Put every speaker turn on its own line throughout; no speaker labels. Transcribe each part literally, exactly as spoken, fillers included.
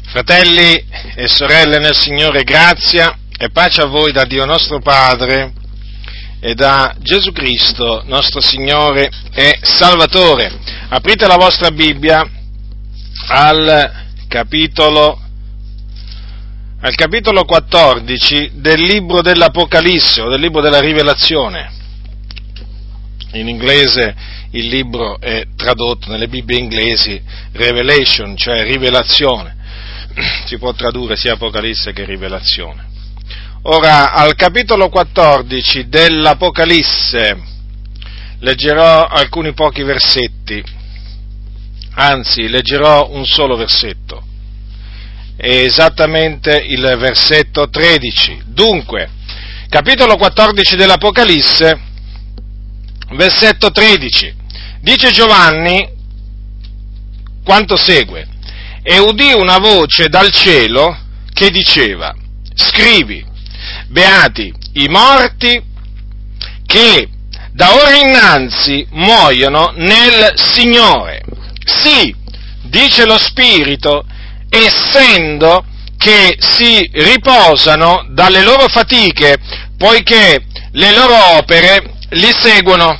Fratelli e sorelle nel Signore, grazia e pace a voi da Dio nostro Padre e da Gesù Cristo, nostro Signore e Salvatore. Aprite la vostra Bibbia al capitolo, al capitolo quattordici del libro dell'Apocalisse o del libro della Rivelazione. In inglese il libro è tradotto nelle Bibbie inglesi Revelation, cioè rivelazione. Si può tradurre sia Apocalisse che Rivelazione. Ora, al capitolo quattordici dell'Apocalisse leggerò alcuni pochi versetti, anzi leggerò un solo versetto, è esattamente il versetto tredici. Dunque, capitolo quattordici dell'Apocalisse, versetto tredici, dice Giovanni quanto segue: e udì una voce dal cielo che diceva: scrivi, beati i morti che da ora innanzi muoiono nel Signore. Sì, dice lo Spirito, essendo che si riposano dalle loro fatiche, poiché le loro opere li seguono.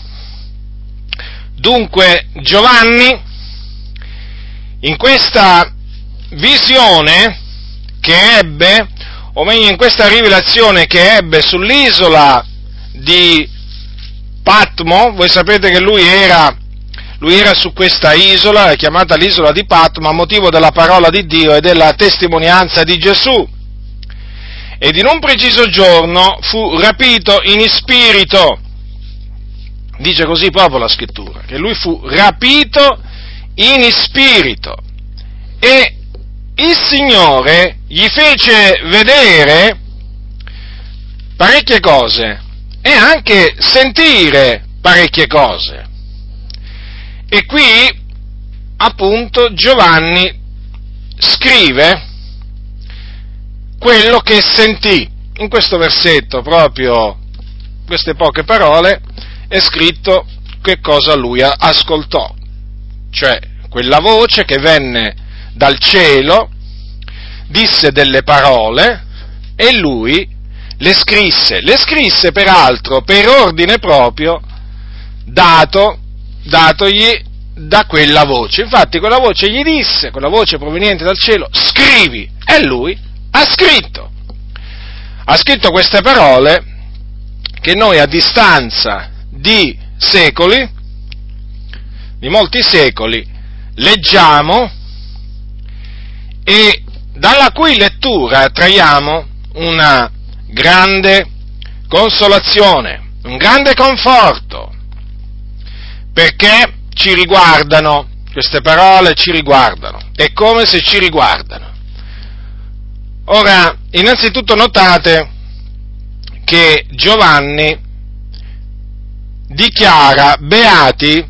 Dunque Giovanni, in questa visione che ebbe, o meglio in questa rivelazione che ebbe sull'isola di Patmo, voi sapete che lui era, lui era su questa isola, è chiamata l'isola di Patmo, a motivo della parola di Dio e della testimonianza di Gesù, ed in un preciso giorno fu rapito in spirito, dice così proprio la scrittura, che lui fu rapito in spirito, e il Signore gli fece vedere parecchie cose e anche sentire parecchie cose. E qui appunto Giovanni scrive quello che sentì. In questo versetto, proprio queste poche parole, è scritto che cosa lui ascoltò, cioè quella voce che venne dal cielo, disse delle parole e lui le scrisse, le scrisse peraltro per ordine proprio dato, datogli da quella voce. Infatti quella voce gli disse, quella voce proveniente dal cielo: scrivi, e lui ha scritto, ha scritto queste parole che noi a distanza di secoli, di molti secoli, leggiamo e dalla cui lettura traiamo una grande consolazione, un grande conforto, perché ci riguardano, queste parole ci riguardano, è come se ci riguardano. Ora, innanzitutto notate che Giovanni dichiara beati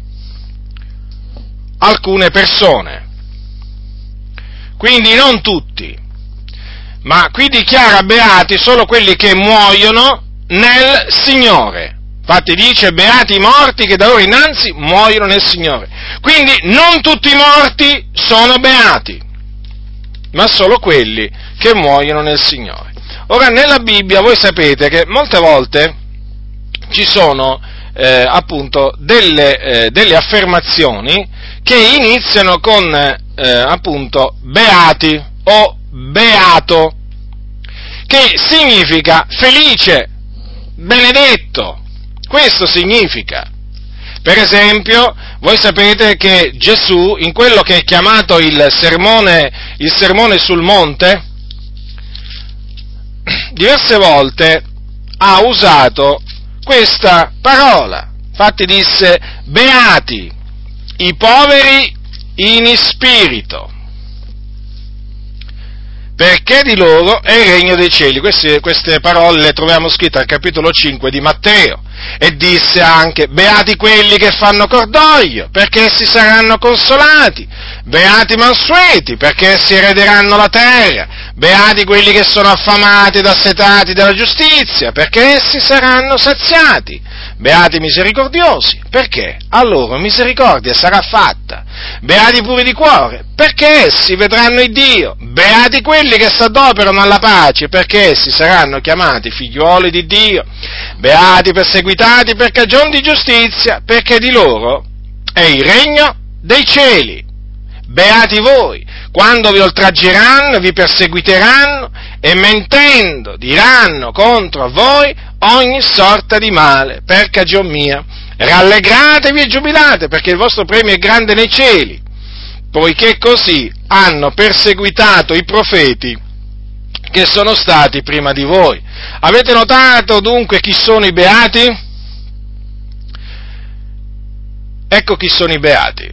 alcune persone, quindi non tutti, ma qui dichiara beati solo quelli che muoiono nel Signore. Infatti dice: beati i morti che da ora innanzi muoiono nel Signore. Quindi non tutti i morti sono beati, ma solo quelli che muoiono nel Signore. Ora, nella Bibbia voi sapete che molte volte ci sono eh, appunto delle, eh, delle affermazioni che iniziano con eh, appunto beati o beato, che significa felice, benedetto. Questo significa. Per esempio, voi sapete che Gesù, in quello che è chiamato il sermone, il sermone sul monte, diverse volte ha usato questa parola. Infatti disse: beati i poveri in spirito, perché di loro è il regno dei cieli. Queste, queste parole le troviamo scritte al capitolo cinque di Matteo. E disse anche: beati quelli che fanno cordoglio, perché essi saranno consolati; beati i mansueti, perché essi erederanno la terra; Beati quelli che sono affamati ed assetati dalla giustizia, perché essi saranno saziati. Beati i misericordiosi, perché a loro misericordia sarà fatta. Beati i puri di cuore, perché essi vedranno il Dio. Beati quelli che s'adoperano alla pace, perché essi saranno chiamati figliuoli di Dio. Beati i perseguitati per cagion di giustizia, perché di loro è il regno dei cieli. Beati voi, quando vi oltraggeranno, vi perseguiteranno e mentendo diranno contro voi ogni sorta di male per cagion mia. Rallegratevi e giubilate, perché il vostro premio è grande nei cieli, poiché così hanno perseguitato i profeti che sono stati prima di voi. Avete notato dunque chi sono i beati? Ecco chi sono i beati.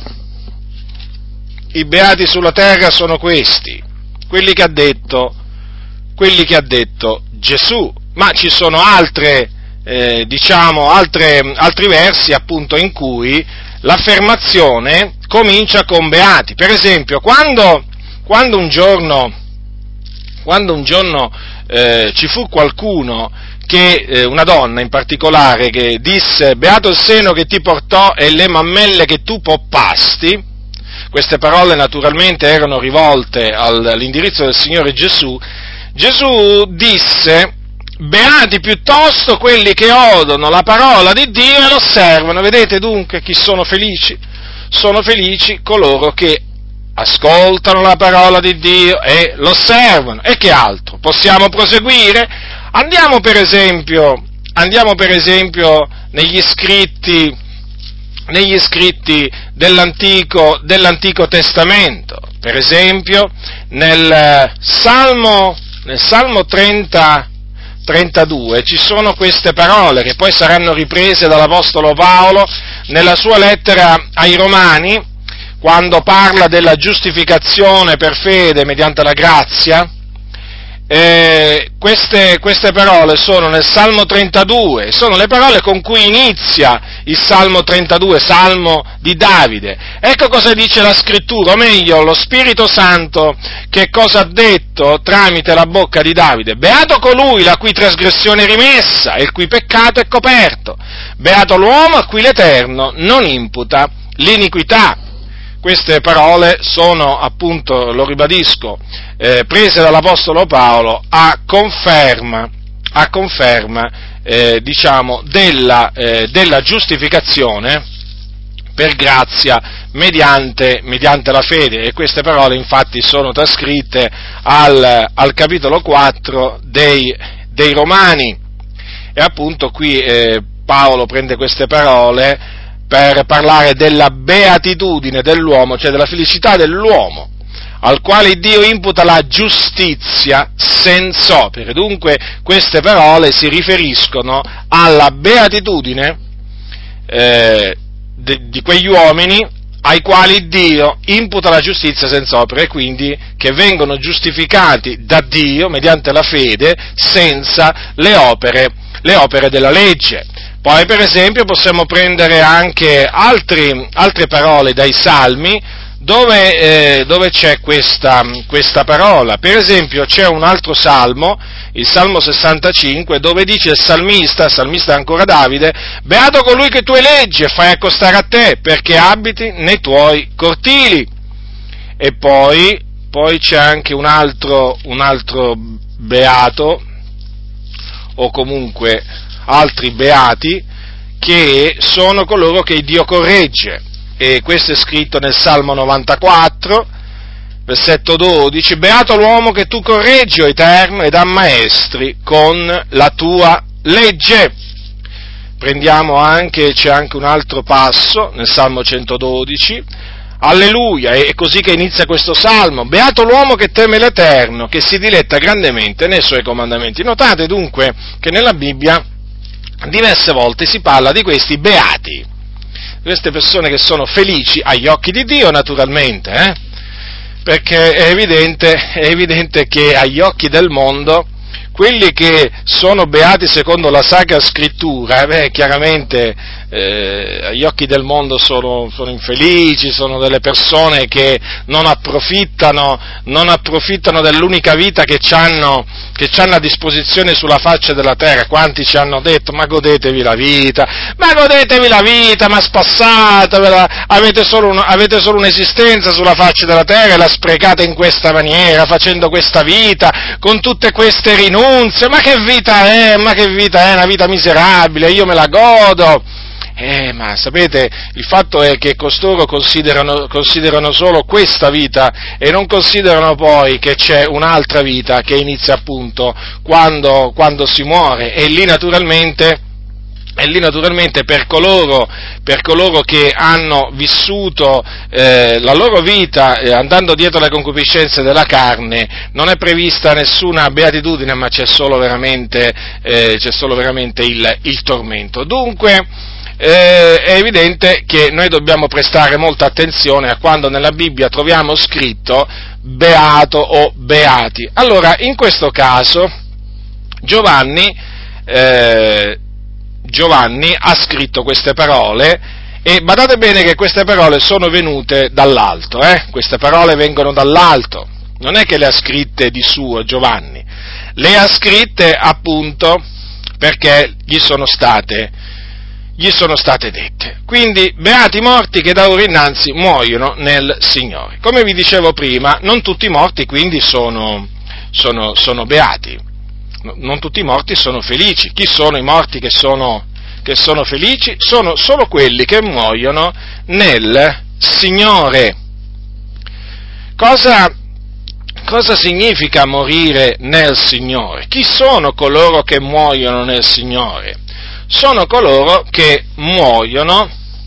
I beati sulla terra sono questi, quelli che ha detto, quelli che ha detto Gesù, ma ci sono altre, eh, diciamo, altre, altri versi appunto in cui l'affermazione comincia con beati. Per esempio, quando, quando un giorno, quando un giorno eh, ci fu qualcuno che, eh, una donna in particolare, che disse: beato il seno che ti portò e le mammelle che tu poppasti. Queste parole naturalmente erano rivolte all'indirizzo del Signore Gesù. Gesù disse: beati piuttosto quelli che odono la parola di Dio e l'osservano. Vedete dunque chi sono felici? Sono felici coloro che ascoltano la parola di Dio e l'osservano. E che altro? Possiamo proseguire? Andiamo per esempio, andiamo per esempio negli scritti negli scritti dell'Antico, dell'Antico Testamento, per esempio nel Salmo, nel Salmo trenta, trentadue ci sono queste parole che poi saranno riprese dall'Apostolo Paolo nella sua lettera ai Romani, quando parla della giustificazione per fede mediante la grazia. Eh, queste, queste parole sono nel Salmo trentadue, sono le parole con cui inizia il Salmo trentadue, Salmo di Davide. Ecco cosa dice la Scrittura, o meglio, lo Spirito Santo, che cosa ha detto tramite la bocca di Davide: beato colui la cui trasgressione è rimessa e il cui peccato è coperto, beato l'uomo a cui l'Eterno non imputa l'iniquità. Queste parole sono, appunto, lo ribadisco, eh, prese dall'Apostolo Paolo a conferma, a conferma eh, diciamo, della, eh, della giustificazione per grazia mediante, mediante la fede, e queste parole infatti sono trascritte al, al capitolo quattro dei, dei Romani, e appunto qui eh, Paolo prende queste parole per parlare della beatitudine dell'uomo, cioè della felicità dell'uomo, al quale Dio imputa la giustizia senza opere. Dunque queste parole si riferiscono alla beatitudine eh, de, di quegli uomini ai quali Dio imputa la giustizia senza opere, e quindi che vengono giustificati da Dio mediante la fede senza le opere, le opere della legge. Poi, per esempio, possiamo prendere anche altri, altre parole dai Salmi, dove, eh, dove c'è questa, questa parola. Per esempio, c'è un altro Salmo, il Salmo sessantacinque, dove dice il salmista, il salmista è ancora Davide: beato colui che tu eleggi e fai accostare a te, perché abiti nei tuoi cortili. E poi, poi c'è anche un altro, un altro beato, o comunque altri beati, che sono coloro che Dio corregge, e questo è scritto nel Salmo novantaquattro, versetto dodici: beato l'uomo che tu correggi, o Eterno, ed ammaestri con la tua legge. Prendiamo anche, c'è anche un altro passo nel Salmo centododici, alleluia, è così che inizia questo Salmo: beato l'uomo che teme l'Eterno, che si diletta grandemente nei suoi comandamenti. Notate dunque che nella Bibbia diverse volte si parla di questi beati, queste persone che sono felici agli occhi di Dio, naturalmente, eh? Perché è evidente, è evidente che agli occhi del mondo quelli che sono beati secondo la Sacra Scrittura, beh, chiaramente eh, agli occhi del mondo sono, sono infelici, sono delle persone che non approfittano, non approfittano dell'unica vita che c'hanno, che c'hanno a disposizione sulla faccia della terra. Quanti ci hanno detto: ma godetevi la vita, ma godetevi la vita, ma spassatevela, avete solo, un, avete solo un'esistenza sulla faccia della terra e la sprecate in questa maniera, facendo questa vita, con tutte queste rinunzie. Ma che vita è? Ma che vita è? Una vita miserabile, io me la godo. Eh, ma sapete, il fatto è che costoro considerano, considerano solo questa vita e non considerano poi che c'è un'altra vita che inizia appunto quando, quando si muore, e lì naturalmente E lì naturalmente per coloro, per coloro che hanno vissuto eh, la loro vita eh, andando dietro le concupiscenze della carne, non è prevista nessuna beatitudine, ma c'è solo veramente, eh, c'è solo veramente il, il tormento. Dunque eh, è evidente che noi dobbiamo prestare molta attenzione a quando nella Bibbia troviamo scritto beato o beati. Allora, in questo caso Giovanni eh, Giovanni ha scritto queste parole, e badate bene che queste parole sono venute dall'alto, eh? Queste parole vengono dall'alto, non è che le ha scritte di suo Giovanni, le ha scritte appunto perché gli sono state, gli sono state dette. Quindi, beati i morti che da ora innanzi muoiono nel Signore. Come vi dicevo prima, non tutti i morti quindi sono, sono, sono beati. Non tutti i morti sono felici. Chi sono i morti che sono, che sono felici? Sono solo quelli che muoiono nel Signore. Cosa, cosa significa morire nel Signore? Chi sono coloro che muoiono nel Signore? Sono coloro che muoiono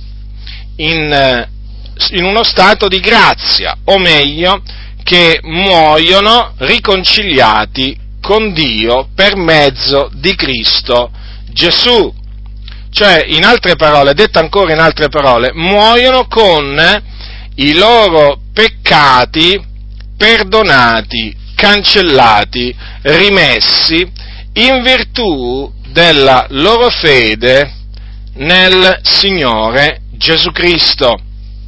in, in uno stato di grazia, o meglio, che muoiono riconciliati con Dio per mezzo di Cristo Gesù. Cioè, in altre parole, detto ancora in altre parole, muoiono con i loro peccati perdonati, cancellati, rimessi, in virtù della loro fede nel Signore Gesù Cristo.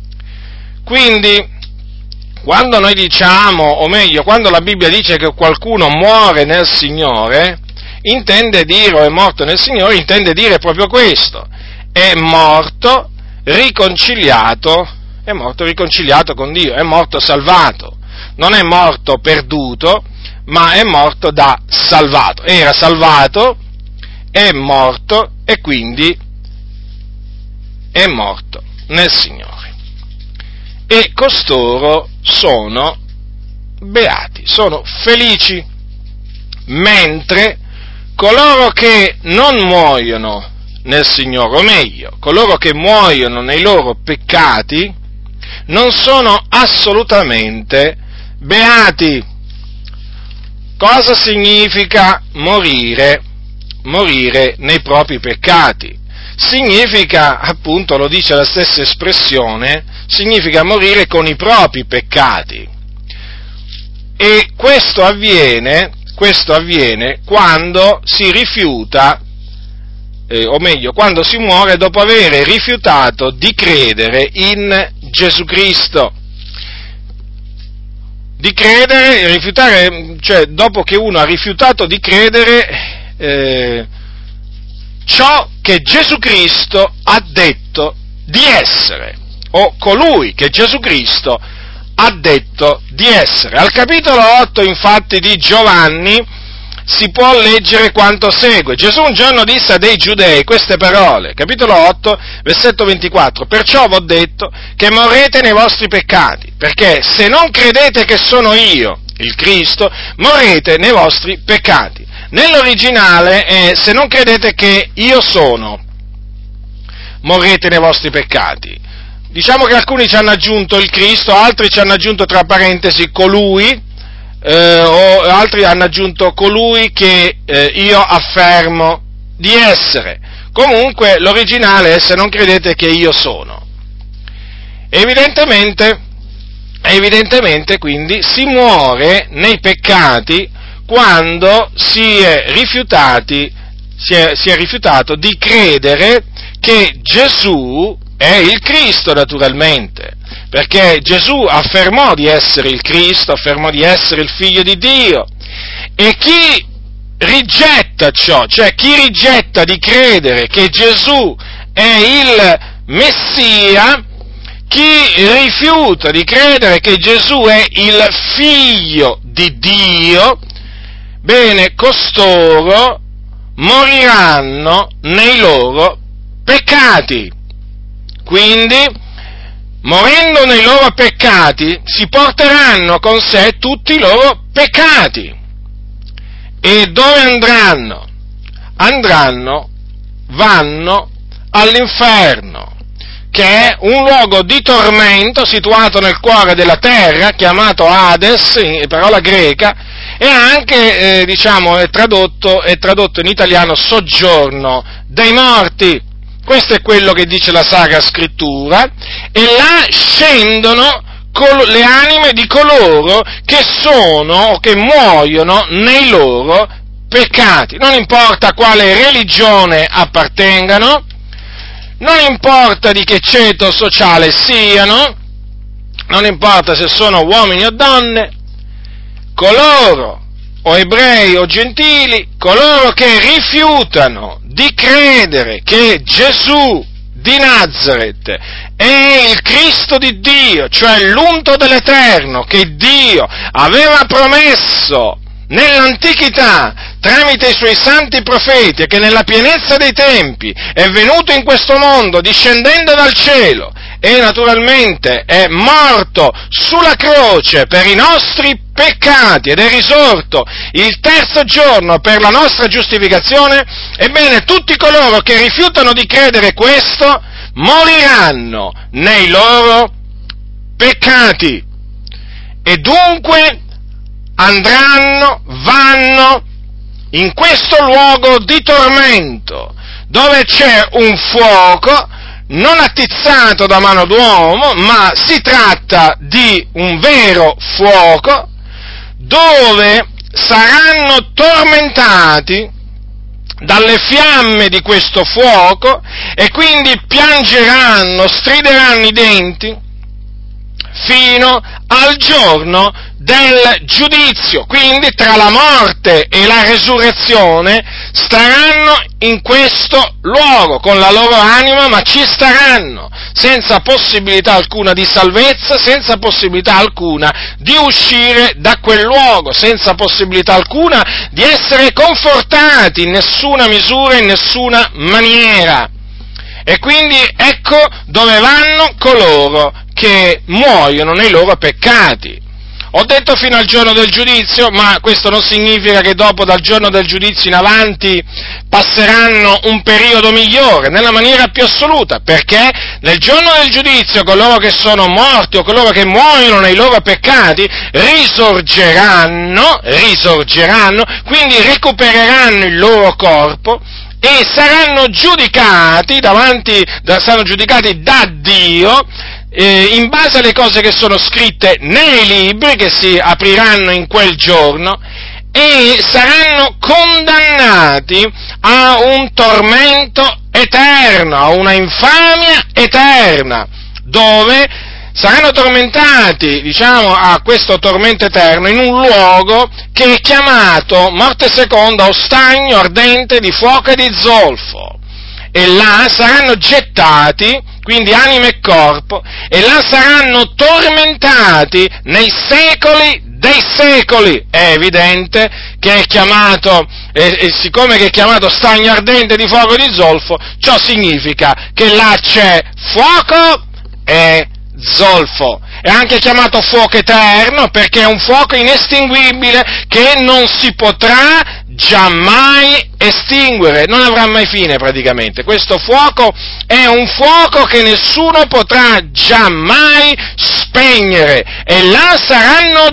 Quindi, quando noi diciamo, o meglio, quando la Bibbia dice che qualcuno muore nel Signore, intende dire, o è morto nel Signore, intende dire proprio questo: è morto riconciliato, è morto riconciliato con Dio, è morto salvato, non è morto perduto, ma è morto da salvato. Era salvato, è morto e quindi è morto nel Signore. E costoro sono beati, sono felici, mentre coloro che non muoiono nel Signore, o meglio, coloro che muoiono nei loro peccati, non sono assolutamente beati. Cosa significa morire? Morire nei propri peccati. Significa, appunto, lo dice la stessa espressione, significa morire con i propri peccati. E questo avviene, questo avviene quando si rifiuta, eh, o meglio, quando si muore dopo aver rifiutato di credere in Gesù Cristo. Di credere, rifiutare, cioè dopo che uno ha rifiutato di credere eh, ciò che Gesù Cristo ha detto di essere, o colui che Gesù Cristo ha detto di essere. Al capitolo otto, infatti, di Giovanni si può leggere quanto segue. Gesù un giorno disse a dei giudei queste parole, capitolo otto, versetto ventiquattro: perciò v'ho detto che morrete nei vostri peccati, perché se non credete che sono io, il Cristo, morrete nei vostri peccati. Nell'originale è: se non credete che io sono, morrete nei vostri peccati. Diciamo che alcuni ci hanno aggiunto il Cristo, altri ci hanno aggiunto tra parentesi colui, eh, o altri hanno aggiunto colui che eh, io affermo di essere. Comunque l'originale è: se non credete che io sono. Evidentemente, evidentemente quindi si muore nei peccati quando si è rifiutati, si è, si è rifiutato di credere che Gesù è il Cristo, naturalmente, perché Gesù affermò di essere il Cristo, affermò di essere il Figlio di Dio, e chi rigetta ciò, cioè chi rigetta di credere che Gesù è il Messia, chi rifiuta di credere che Gesù è il Figlio di Dio, bene, costoro moriranno nei loro peccati. Quindi, morendo nei loro peccati, si porteranno con sé tutti i loro peccati. E dove andranno? Andranno, vanno all'inferno, che è un luogo di tormento situato nel cuore della terra, chiamato Hades, in parola greca, e anche, eh, diciamo, è tradotto, è tradotto in italiano soggiorno dei morti. Questo è quello che dice la Sacra Scrittura, e là scendono col- le anime di coloro che sono o che muoiono nei loro peccati. Non importa quale religione appartengano, non importa di che ceto sociale siano, non importa se sono uomini o donne, coloro, o ebrei o gentili, coloro che rifiutano di credere che Gesù di Nazaret è il Cristo di Dio, cioè l'unto dell'Eterno che Dio aveva promesso nell'antichità tramite i suoi santi profeti, e che nella pienezza dei tempi è venuto in questo mondo discendendo dal cielo e naturalmente è morto sulla croce per i nostri peccati ed è risorto il terzo giorno per la nostra giustificazione, ebbene tutti coloro che rifiutano di credere questo moriranno nei loro peccati e dunque andranno, vanno in questo luogo di tormento, dove c'è un fuoco non attizzato da mano d'uomo, ma si tratta di un vero fuoco, dove saranno tormentati dalle fiamme di questo fuoco e quindi piangeranno, strideranno i denti fino al giorno del giudizio. Quindi tra la morte e la resurrezione staranno in questo luogo con la loro anima, ma ci staranno senza possibilità alcuna di salvezza, senza possibilità alcuna di uscire da quel luogo, senza possibilità alcuna di essere confortati in nessuna misura, in nessuna maniera. E quindi ecco dove vanno coloro che muoiono nei loro peccati. Ho detto fino al giorno del giudizio, ma questo non significa che dopo dal giorno del giudizio in avanti passeranno un periodo migliore, nella maniera più assoluta, perché nel giorno del giudizio coloro che sono morti o coloro che muoiono nei loro peccati risorgeranno, risorgeranno, quindi recupereranno il loro corpo e saranno giudicati davanti, saranno giudicati da Dio Eh, in base alle cose che sono scritte nei libri che si apriranno in quel giorno, e saranno condannati a un tormento eterno, a una infamia eterna, dove saranno tormentati, diciamo, a questo tormento eterno in un luogo che è chiamato morte seconda o stagno ardente di fuoco e di zolfo, e là saranno gettati, quindi anima e corpo, e là saranno tormentati nei secoli dei secoli. È evidente che è chiamato, e, e siccome che è chiamato stagno ardente di fuoco e di zolfo, ciò significa che là c'è fuoco e zolfo. È anche chiamato fuoco eterno perché è un fuoco inestinguibile che non si potrà giammai estinguere, non avrà mai fine praticamente. Questo fuoco è un fuoco che nessuno potrà giammai spegnere, e là saranno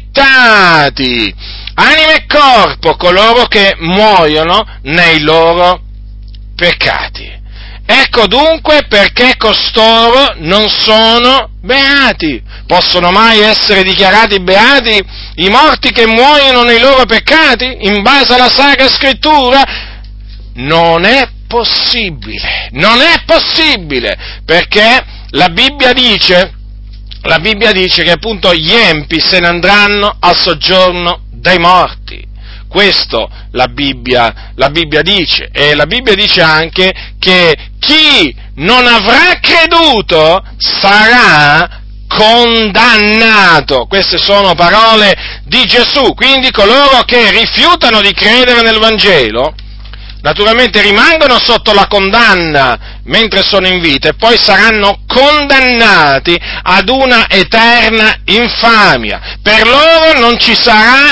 gettati anima e corpo coloro che muoiono nei loro peccati. Ecco dunque perché costoro non sono beati. Possono mai essere dichiarati beati i morti che muoiono nei loro peccati, in base alla Sacra Scrittura? Non è possibile, non è possibile, perché la Bibbia dice, la Bibbia dice che appunto gli empi se ne andranno al soggiorno dei morti. Questo la Bibbia, la Bibbia dice, e la Bibbia dice anche che chi non avrà creduto sarà condannato. Queste sono parole di Gesù, quindi coloro che rifiutano di credere nel Vangelo naturalmente rimangono sotto la condanna mentre sono in vita e poi saranno condannati ad una eterna infamia. Per loro non ci sarà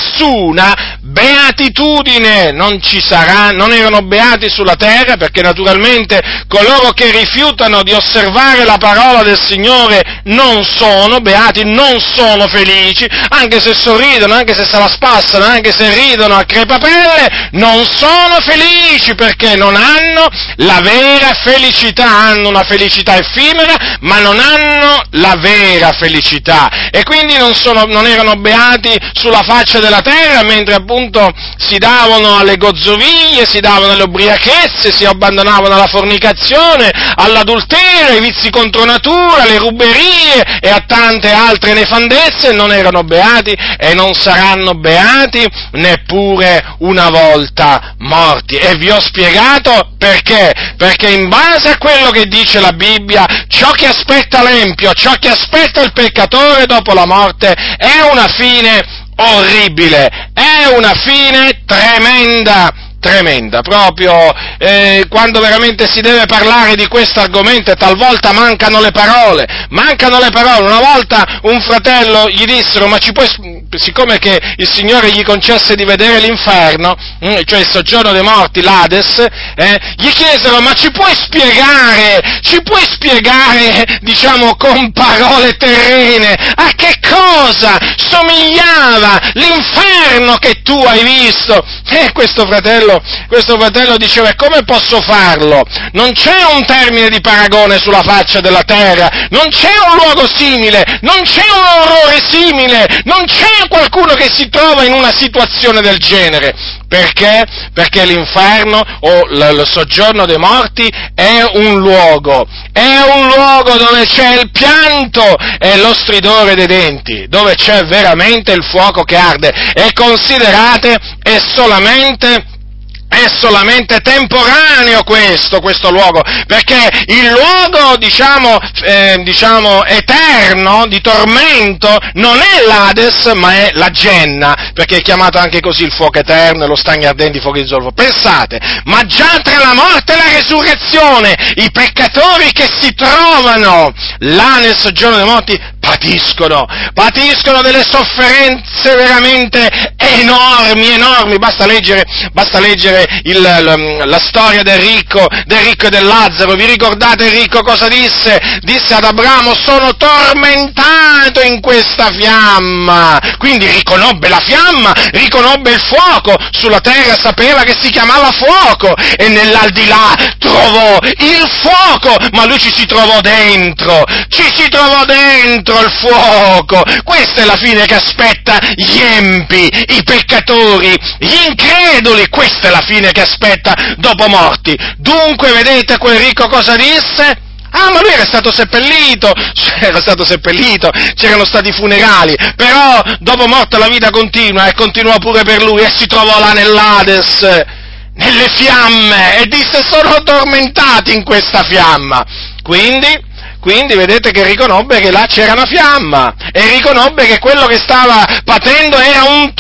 nessuna beatitudine, non ci sarà, non erano beati sulla terra, perché naturalmente coloro che rifiutano di osservare la parola del Signore non sono beati, non sono felici, anche se sorridono, anche se se la spassano, anche se ridono a crepapelle, non sono felici perché non hanno la vera felicità, hanno una felicità effimera, ma non hanno la vera felicità, e quindi non sono, non erano beati sulla faccia della terra, mentre appunto si davano alle gozzoviglie, si davano alle ubriachezze, si abbandonavano alla fornicazione, all'adulterio, ai vizi contro natura, alle ruberie e a tante altre nefandezze. Non erano beati e non saranno beati neppure una volta morti. E vi ho spiegato perché? Perché in base a quello che dice la Bibbia, ciò che aspetta l'empio, ciò che aspetta il peccatore dopo la morte è una fine orribile, è una fine tremenda, tremenda, proprio eh, quando veramente si deve parlare di questo argomento e talvolta mancano le parole, mancano le parole. Una volta un fratello gli dissero, ma ci puoi, siccome che il Signore gli concesse di vedere l'inferno, cioè il soggiorno dei morti, l'Ades, eh, gli chiesero, ma ci puoi spiegare, ci puoi spiegare, diciamo, con parole terrene, a che cosa somigliava l'inferno che tu hai visto? E questo fratello Questo fratello diceva, e come posso farlo? Non c'è un termine di paragone sulla faccia della terra, non c'è un luogo simile, non c'è un orrore simile, non c'è qualcuno che si trova in una situazione del genere. Perché? Perché l'inferno o il soggiorno dei morti è un luogo, è un luogo dove c'è il pianto e lo stridore dei denti, dove c'è veramente il fuoco che arde, e considerate, è solamente È solamente temporaneo questo, questo luogo, perché il luogo, diciamo, eh, diciamo, eterno, di tormento, non è l'Ades, ma è la Genna, perché è chiamato anche così il fuoco eterno e lo stagno ardente di fuoco di zolfo. Pensate, ma già tra la morte e la resurrezione, i peccatori che si trovano là nel soggiorno dei morti patiscono, patiscono delle sofferenze veramente enormi, enormi, basta leggere, basta leggere il, la, la storia del ricco, del ricco e del Lazzaro. Vi ricordate il ricco cosa disse? Disse ad Abramo, sono tormentato in questa fiamma, quindi riconobbe la fiamma, riconobbe il fuoco, sulla terra sapeva che si chiamava fuoco, e nell'aldilà trovò il fuoco, ma lui ci si trovò dentro, ci si trovò dentro il fuoco. Questa è la fine che aspetta gli empi, i peccatori, gli increduli, questa è la fine che aspetta dopo morti. Dunque, vedete quel ricco cosa disse? Ah, ma lui era stato seppellito, era stato seppellito, c'erano stati funerali, però dopo morte la vita continua, e continuò pure per lui, e si trovò là nell'Ades, nelle fiamme, e disse, sono tormentati in questa fiamma. Quindi, Quindi vedete che riconobbe che là c'era una fiamma, e riconobbe che quello che stava patendo era un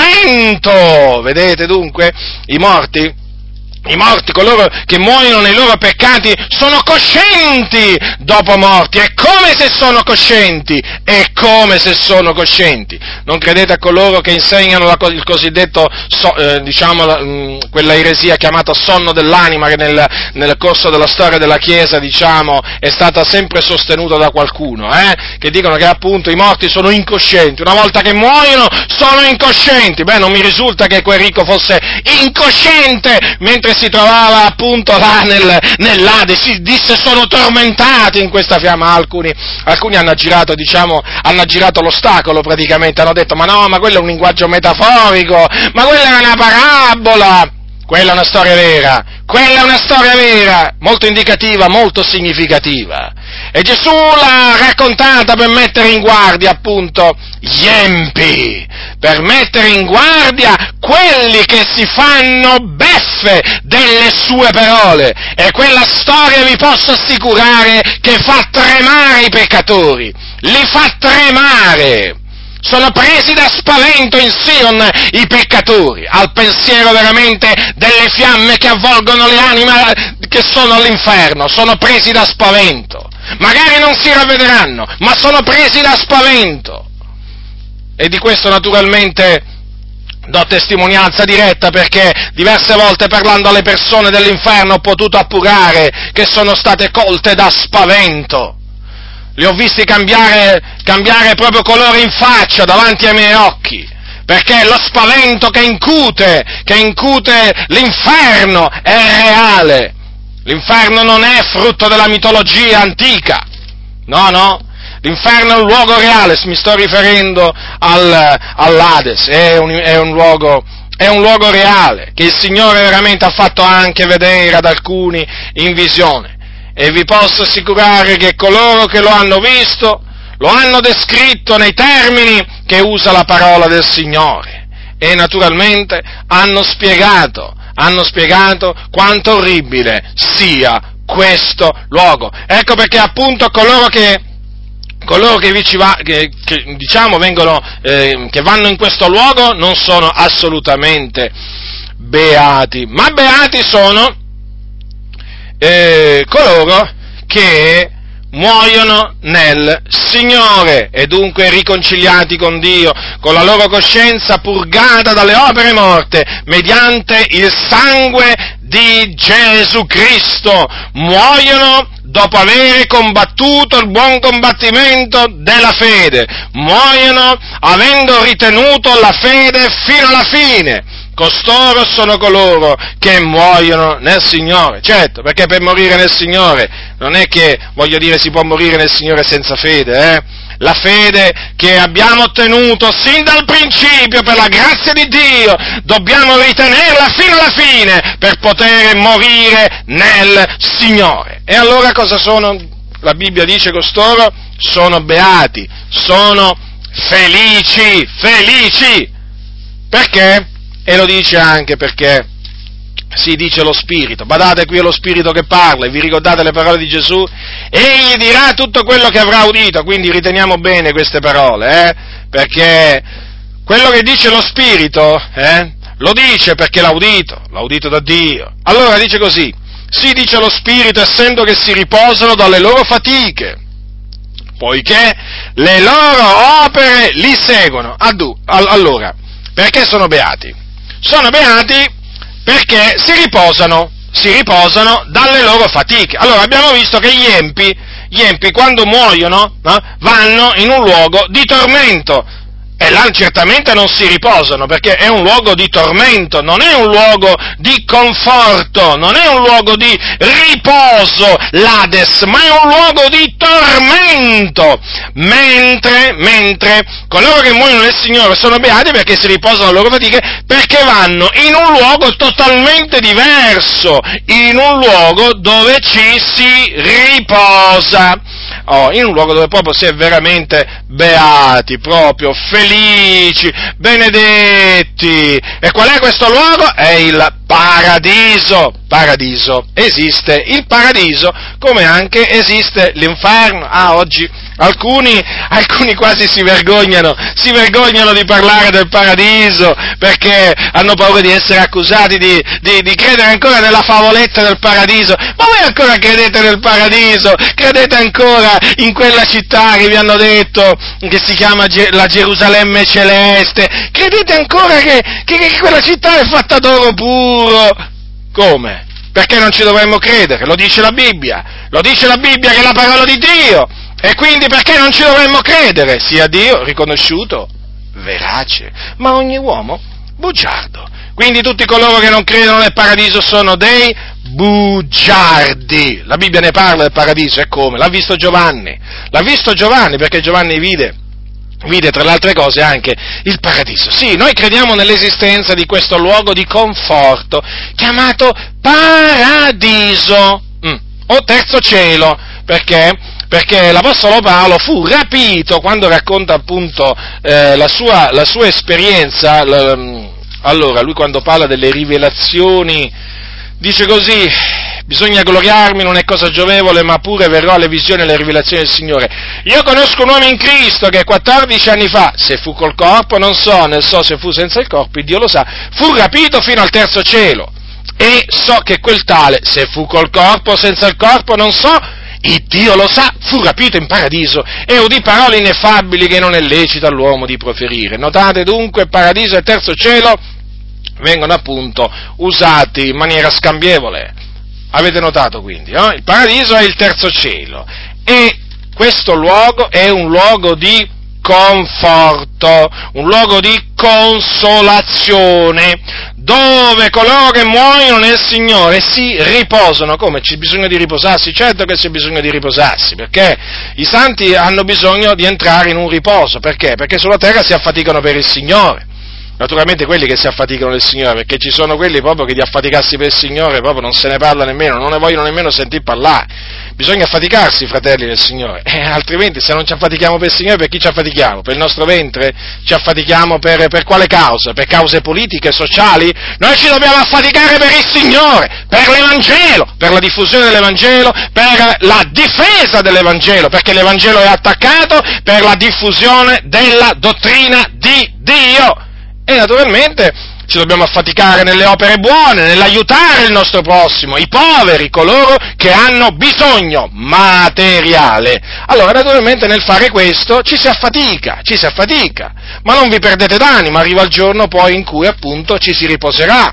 tormento. Vedete dunque, i morti, i morti, coloro che muoiono nei loro peccati, sono coscienti dopo morti, e come se sono coscienti, e come se sono coscienti. Non credete a coloro che insegnano la, il cosiddetto, so, eh, diciamo, la, mh, quella eresia chiamata sonno dell'anima, che nel, nel corso della storia della Chiesa, diciamo, è stata sempre sostenuta da qualcuno, eh, che dicono che appunto i morti sono incoscienti, una volta che muoiono sono incoscienti. Beh, non mi risulta che quel ricco fosse incosciente mentre si trovava appunto là nel, nell'Ade, si disse sono tormentati in questa fiamma. Alcuni, alcuni hanno aggirato, diciamo, hanno aggirato l'ostacolo praticamente, hanno detto ma no, ma quello è un linguaggio metaforico, ma quella è una parabola. quella è una storia vera, quella è una storia vera, molto indicativa, molto significativa. E Gesù l'ha raccontata per mettere in guardia, appunto, gli empi, per mettere in guardia quelli che si fanno beffe delle sue parole. E quella storia, vi posso assicurare, che fa tremare i peccatori, li fa tremare. Sono presi da spavento in Sion i peccatori, al pensiero veramente delle fiamme che avvolgono le anime che sono all'inferno, sono presi da spavento. Magari non si ravvederanno, ma sono presi da spavento. E di questo naturalmente do testimonianza diretta, perché diverse volte parlando alle persone dell'inferno ho potuto appurare che sono state colte da spavento. Li ho visti cambiare, cambiare proprio colore in faccia davanti ai miei occhi, perché lo spavento che incute, che incute l'inferno è reale. L'inferno non è frutto della mitologia antica, no, no, l'inferno è un luogo reale, mi sto riferendo al, all'Ades, è un, è un luogo, è un luogo reale, che il Signore veramente ha fatto anche vedere ad alcuni in visione. E vi posso assicurare che coloro che lo hanno visto, lo hanno descritto nei termini che usa la parola del Signore. E naturalmente hanno spiegato, hanno spiegato quanto orribile sia questo luogo. Ecco perché appunto coloro che, coloro che, vi ci va, che, che diciamo vengono, eh, che vanno in questo luogo non sono assolutamente beati, ma beati sono Eh, coloro che muoiono nel Signore e dunque riconciliati con Dio, con la loro coscienza purgata dalle opere morte mediante il sangue di Gesù Cristo, muoiono dopo aver combattuto il buon combattimento della fede, muoiono avendo ritenuto la fede fino alla fine. Costoro sono coloro che muoiono nel Signore. Certo, perché per morire nel Signore non è che, voglio dire, si può morire nel Signore senza fede, eh? La fede che abbiamo ottenuto sin dal principio per la grazia di Dio, dobbiamo ritenerla fino alla fine per poter morire nel Signore. E allora cosa sono? La Bibbia dice costoro sono beati, sono felici, felici. Perché? E lo dice anche perché si dice lo Spirito, badate qui è lo Spirito che parla, e vi ricordate le parole di Gesù? Egli dirà tutto quello che avrà udito, quindi riteniamo bene queste parole, eh? Perché quello che dice lo Spirito, eh? Lo dice perché l'ha udito, l'ha udito da Dio. Allora dice così, si dice lo Spirito essendo che si riposano dalle loro fatiche, poiché le loro opere li seguono. Allora, perché sono beati? Sono beati perché si riposano, si riposano dalle loro fatiche. Allora abbiamo visto che gli empi, gli empi quando muoiono, no, vanno in un luogo di tormento, e là certamente non si riposano, perché è un luogo di tormento, non è un luogo di conforto, non è un luogo di riposo, l'Ades, ma è un luogo di tormento, mentre, mentre coloro che muoiono nel Signore sono beati perché si riposano dalle loro fatiche, perché vanno in un luogo totalmente diverso, in un luogo dove ci si riposa. Oh, in un luogo dove proprio si è veramente beati, proprio felici, benedetti. E qual è questo luogo? È il paradiso. Paradiso. Esiste il paradiso, come anche esiste l'inferno. Ah, oggi alcuni, alcuni quasi si vergognano, si vergognano di parlare del paradiso, perché hanno paura di essere accusati di, di, di credere ancora nella favoletta del paradiso. Ma voi ancora credete nel paradiso? Credete ancora in quella città che vi hanno detto, che si chiama la Gerusalemme celeste? Credete ancora che, che, che quella città è fatta d'oro puro? Come? Perché non ci dovremmo credere? Lo dice la Bibbia, lo dice la Bibbia che è la parola di Dio, e quindi perché non ci dovremmo credere? Sia Dio riconosciuto verace, ma ogni uomo bugiardo. Quindi tutti coloro che non credono nel paradiso sono dei bugiardi. La Bibbia ne parla del paradiso, e come? L'ha visto Giovanni, l'ha visto Giovanni perché Giovanni vide vide tra le altre cose anche il paradiso. Sì, noi crediamo nell'esistenza di questo luogo di conforto chiamato paradiso, mm, o terzo cielo, perché? Perché l'Apostolo Paolo fu rapito quando racconta appunto eh, la, sua, la sua esperienza. L- allora, lui quando parla delle rivelazioni dice così: bisogna gloriarmi, non è cosa giovevole, ma pure verrò alle visioni e alle rivelazioni del Signore. Io conosco un uomo in Cristo che quattordici anni fa, se fu col corpo non so, né so se fu senza il corpo, il Dio lo sa, fu rapito fino al terzo cielo. E so che quel tale, se fu col corpo o senza il corpo non so, il Dio lo sa, fu rapito in paradiso e udì parole ineffabili che non è lecito all'uomo di proferire. Notate dunque, paradiso e terzo cielo vengono appunto usati in maniera scambievole. Avete notato quindi, no? Il paradiso è il terzo cielo e questo luogo è un luogo di conforto, un luogo di consolazione, dove coloro che muoiono nel Signore si riposano. Come? C'è bisogno di riposarsi? Certo che c'è bisogno di riposarsi, perché i santi hanno bisogno di entrare in un riposo. Perché? Perché sulla terra si affaticano per il Signore. Naturalmente quelli che si affaticano del Signore, perché ci sono quelli proprio che di affaticarsi per il Signore proprio non se ne parla nemmeno, non ne vogliono nemmeno sentir parlare. Bisogna affaticarsi, fratelli del Signore, eh, altrimenti se non ci affatichiamo per il Signore, per chi ci affatichiamo? Per il nostro ventre? Ci affatichiamo per, per quale causa? Per cause politiche, sociali? Noi ci dobbiamo affaticare per il Signore, per l'Evangelo, per la diffusione dell'Evangelo, per la difesa dell'Evangelo, perché l'Evangelo è attaccato, per la diffusione della dottrina di Dio. E naturalmente ci dobbiamo affaticare nelle opere buone, nell'aiutare il nostro prossimo, i poveri, coloro che hanno bisogno materiale. Allora, naturalmente nel fare questo ci si affatica, ci si affatica, ma non vi perdete d'animo, arriva il giorno poi in cui appunto ci si riposerà.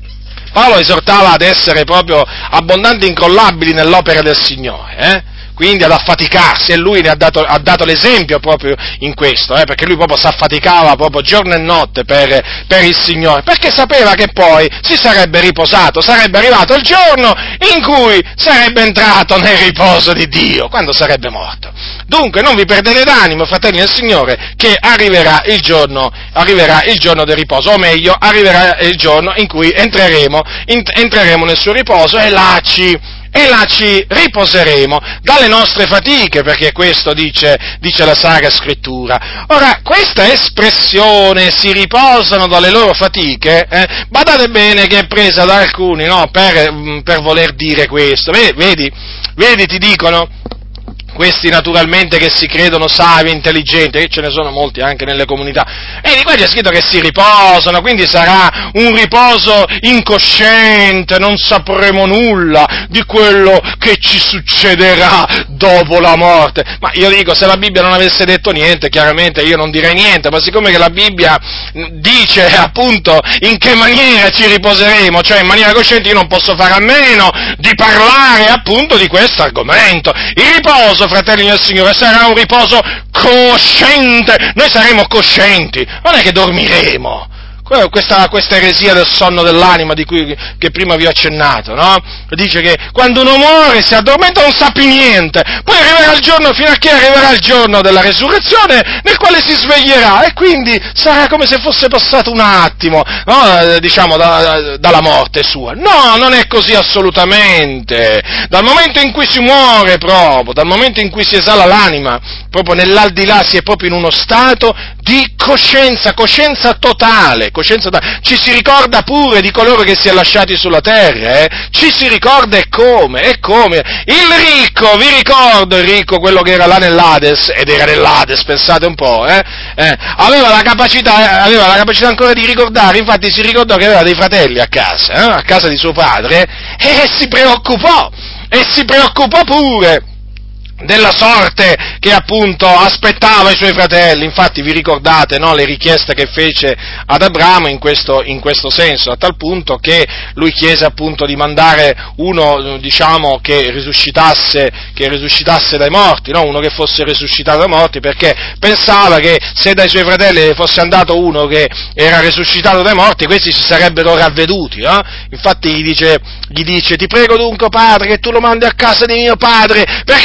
Paolo esortava ad essere proprio abbondanti e incollabili nell'opera del Signore, eh? Quindi ad affaticarsi, e lui ne ha dato, ha dato l'esempio proprio in questo, eh, perché lui proprio si affaticava proprio giorno e notte per, per il Signore, perché sapeva che poi si sarebbe riposato, sarebbe arrivato il giorno in cui sarebbe entrato nel riposo di Dio, quando sarebbe morto. Dunque non vi perdete d'animo, fratelli del Signore, che arriverà il giorno, arriverà il giorno del riposo, o meglio, arriverà il giorno in cui entreremo, in, entreremo nel suo riposo e là ci... e là ci riposeremo dalle nostre fatiche, perché questo dice, dice la Sacra Scrittura. Ora, questa espressione, si riposano dalle loro fatiche, eh, badate bene che è presa da alcuni, no, per, per voler dire questo. Vedi, vedi, ti dicono, questi naturalmente che si credono savi, intelligenti, e ce ne sono molti anche nelle comunità, e di qua c'è scritto che si riposano, quindi sarà un riposo incosciente, non sapremo nulla di quello che ci succederà dopo la morte. Ma io dico, se la Bibbia non avesse detto niente, chiaramente io non direi niente, ma siccome che la Bibbia dice appunto in che maniera ci riposeremo, cioè in maniera cosciente, io non posso fare a meno di parlare appunto di questo argomento. Il riposo, fratelli del Signore, sarà un riposo cosciente, noi saremo coscienti, non è che dormiremo. Questa, questa eresia del sonno dell'anima di cui che prima vi ho accennato, no? Dice che quando uno muore si addormenta non sa più niente, poi arriverà il giorno, fino a che arriverà il giorno della resurrezione, nel quale si sveglierà, e quindi sarà come se fosse passato un attimo, no? Diciamo, da, dalla morte sua. No, non è così assolutamente. Dal momento in cui si muore proprio, dal momento in cui si esala l'anima, proprio nell'aldilà si è proprio in uno stato di coscienza, coscienza totale, coscienza totale. Ci si ricorda pure di coloro che si è lasciati sulla terra, eh? Ci si ricorda e come, e come. Il ricco, vi ricordo il ricco, quello che era là nell'Ades, ed era nell'Ades, pensate un po', eh? eh aveva la capacità, aveva la capacità ancora di ricordare, infatti si ricordò che aveva dei fratelli a casa, eh? a casa di suo padre, e si preoccupò, e si preoccupò pure della sorte che appunto aspettava i suoi fratelli. Infatti vi ricordate, no, le richieste che fece ad Abramo in questo, in questo senso, a tal punto che lui chiese appunto di mandare uno, diciamo, che risuscitasse, che risuscitasse dai morti, no? Uno che fosse risuscitato dai morti, perché pensava che se dai suoi fratelli fosse andato uno che era risuscitato dai morti, questi si sarebbero ravveduti, no? Infatti gli dice, gli dice, ti prego dunque padre che tu lo mandi a casa di mio padre, perché ho cinque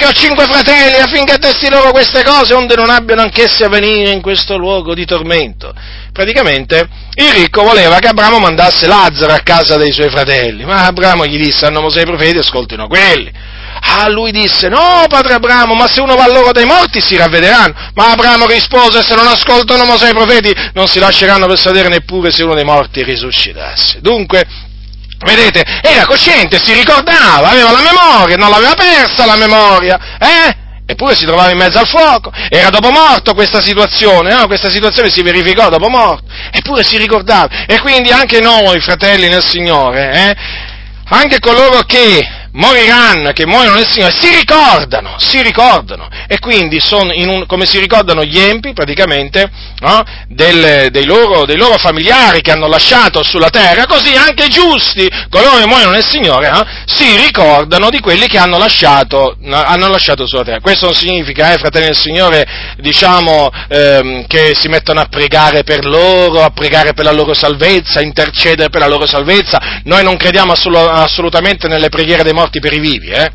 tuoi fratelli affinché attesti loro queste cose, onde non abbiano anch'essi a venire in questo luogo di tormento. Praticamente il ricco voleva che Abramo mandasse Lazzaro a casa dei suoi fratelli, ma Abramo gli disse: hanno Mosè e i profeti, ascoltino quelli. Ah, lui disse: no, padre Abramo, ma se uno va loro dai morti si ravvederanno. Ma Abramo rispose: se non ascoltano Mosè e i profeti non si lasceranno persuadere neppure se uno dei morti risuscitasse. Dunque, vedete, era cosciente, si ricordava, aveva la memoria, non l'aveva persa la memoria, eh? Eppure si trovava in mezzo al fuoco, era dopo morto questa situazione, no? Questa situazione si verificò dopo morto, eppure si ricordava. E quindi anche noi, fratelli nel Signore, eh? Anche coloro che moriranno, che muoiono nel Signore, si ricordano, si ricordano, e quindi sono in un, come si ricordano gli empi, praticamente, no? Del, dei, loro, dei loro familiari che hanno lasciato sulla terra, così anche i giusti, coloro che muoiono nel Signore, no? Si ricordano di quelli che hanno lasciato, no? hanno lasciato sulla terra. Questo non significa, eh, fratelli del Signore, diciamo, ehm, che si mettono a pregare per loro, a pregare per la loro salvezza, a intercedere per la loro salvezza. Noi non crediamo assolut- assolutamente nelle preghiere dei morti per i vivi, eh?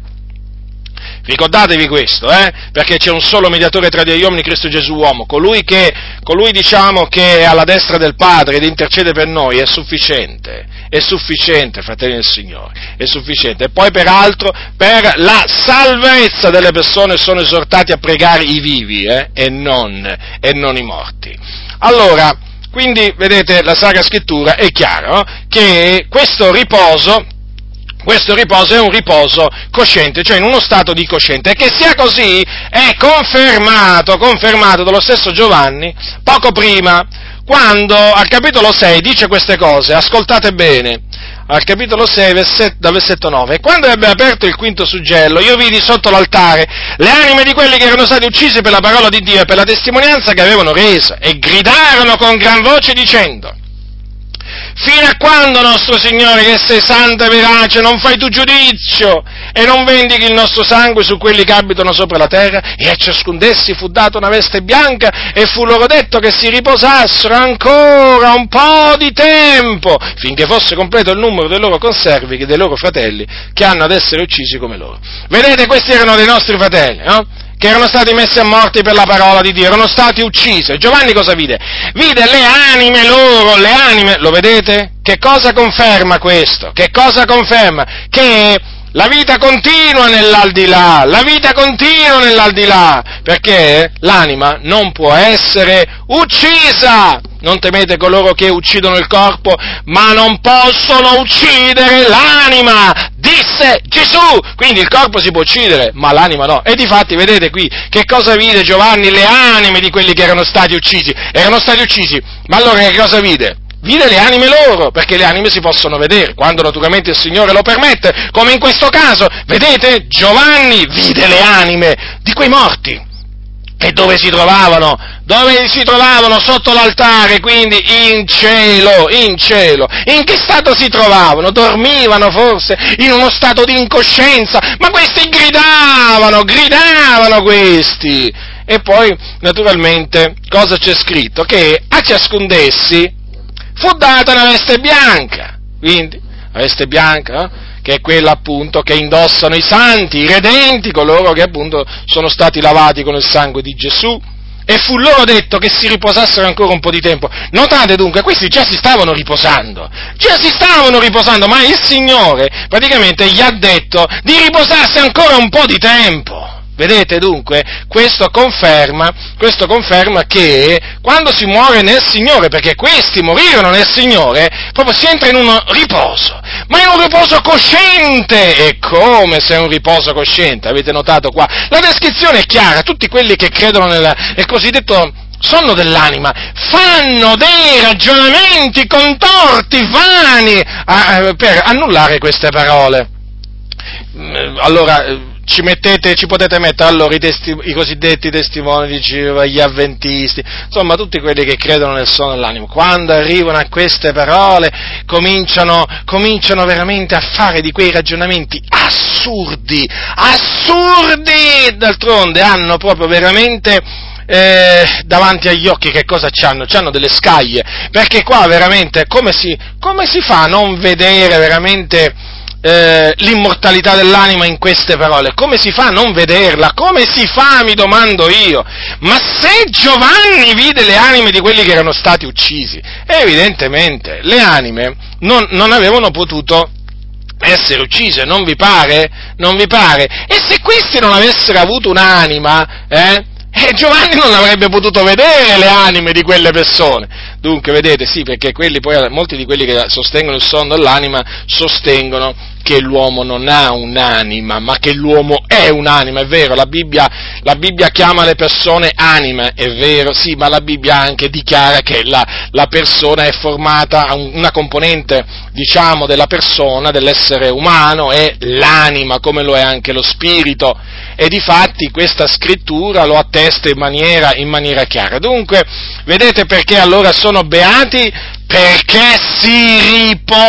Ricordatevi questo, eh? Perché c'è un solo mediatore tra Dio e gli uomini, Cristo Gesù uomo, colui che, colui diciamo che è alla destra del Padre ed intercede per noi, è sufficiente, è sufficiente, fratelli del Signore, è sufficiente. E poi peraltro per la salvezza delle persone sono esortati a pregare i vivi, eh? E non, e non i morti. Allora, quindi, vedete, la Sacra Scrittura è chiaro, no? Che questo riposo Questo riposo è un riposo cosciente, cioè in uno stato di cosciente, e che sia così è confermato, confermato dallo stesso Giovanni poco prima, quando al capitolo sei dice queste cose, ascoltate bene, al capitolo sei, versetto, dal versetto nove, e quando ebbe aperto il quinto suggello, io vidi sotto l'altare le anime di quelli che erano stati uccisi per la parola di Dio e per la testimonianza che avevano resa, e gridarono con gran voce dicendo: fino a quando, nostro Signore, che sei santo e verace, non fai tu giudizio e non vendichi il nostro sangue su quelli che abitano sopra la terra? E a ciascun d'essi fu data una veste bianca e fu loro detto che si riposassero ancora un po' di tempo, finché fosse completo il numero dei loro conservi, dei loro fratelli, che hanno ad essere uccisi come loro. Vedete, questi erano dei nostri fratelli, no? Che erano stati messi a morte per la parola di Dio, erano stati uccisi. Giovanni cosa vide? Vide le anime loro, le anime, lo vedete? Che cosa conferma questo? Che cosa conferma? Che la vita continua nell'aldilà, la vita continua nell'aldilà, perché l'anima non può essere uccisa. Non temete coloro che uccidono il corpo, ma non possono uccidere l'anima, disse Gesù. Quindi il corpo si può uccidere, ma l'anima no. E difatti vedete qui che cosa vide Giovanni? Le anime di quelli che erano stati uccisi, erano stati uccisi, ma allora che cosa vide? Vide le anime loro, perché le anime si possono vedere, quando naturalmente il Signore lo permette, come in questo caso. Vedete, Giovanni vide le anime di quei morti. E dove si trovavano? Dove si trovavano? Sotto l'altare, quindi in cielo, in cielo. In che stato si trovavano? Dormivano forse? In uno stato di incoscienza? Ma questi gridavano, gridavano questi! E poi, naturalmente, cosa c'è scritto? Che a ciascun d'essi fu data una veste bianca, quindi, la veste bianca, no? Che è quella appunto che indossano i santi, i redenti, coloro che appunto sono stati lavati con il sangue di Gesù, e fu loro detto che si riposassero ancora un po' di tempo. Notate dunque, questi già si stavano riposando, già si stavano riposando, ma il Signore praticamente gli ha detto di riposarsi ancora un po' di tempo. Vedete dunque, questo conferma, questo conferma che quando si muore nel Signore, perché questi morirono nel Signore, proprio si entra in un riposo, ma in un riposo cosciente. E come se è un riposo cosciente? Avete notato qua? La descrizione è chiara, tutti quelli che credono nel, nel cosiddetto sonno dell'anima fanno dei ragionamenti contorti, vani, a, per annullare queste parole. Allora, ci mettete, ci potete mettere allora i, testi, i cosiddetti testimoni di Geova, gli avventisti, insomma tutti quelli che credono nel sonno dell'anima. Quando arrivano a queste parole cominciano, cominciano veramente a fare di quei ragionamenti assurdi, assurdi, d'altronde hanno proprio veramente eh, davanti agli occhi che cosa c'hanno? C'hanno delle scaglie, perché qua veramente come si, come si fa a non vedere veramente eh, l'immortalità dell'anima in queste parole? Come si fa a non vederla? Come si fa, mi domando io? Ma se Giovanni vide le anime di quelli che erano stati uccisi, evidentemente le anime non, non avevano potuto essere uccise, non vi pare? Non vi pare? E se questi non avessero avuto un'anima, eh? E Giovanni non avrebbe potuto vedere le anime di quelle persone. Dunque, vedete, sì, perché quelli poi, molti di quelli che sostengono il sonno dell'anima, sostengono che l'uomo non ha un'anima, ma che l'uomo è un'anima, è vero, la Bibbia, la Bibbia chiama le persone anime, è vero, sì, ma la Bibbia anche dichiara che la, la persona è formata, una componente, diciamo, della persona, dell'essere umano, è l'anima, come lo è anche lo spirito, e difatti questa scrittura lo attesta in maniera, in maniera chiara. Dunque, vedete perché allora sono beati? Perché si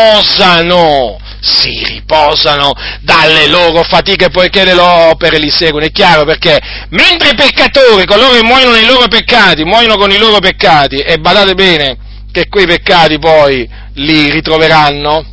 riposano, si riposano dalle loro fatiche, poiché le loro opere li seguono. È chiaro, perché mentre i peccatori, coloro che muoiono nei loro peccati, muoiono con i loro peccati, e badate bene che quei peccati poi li ritroveranno,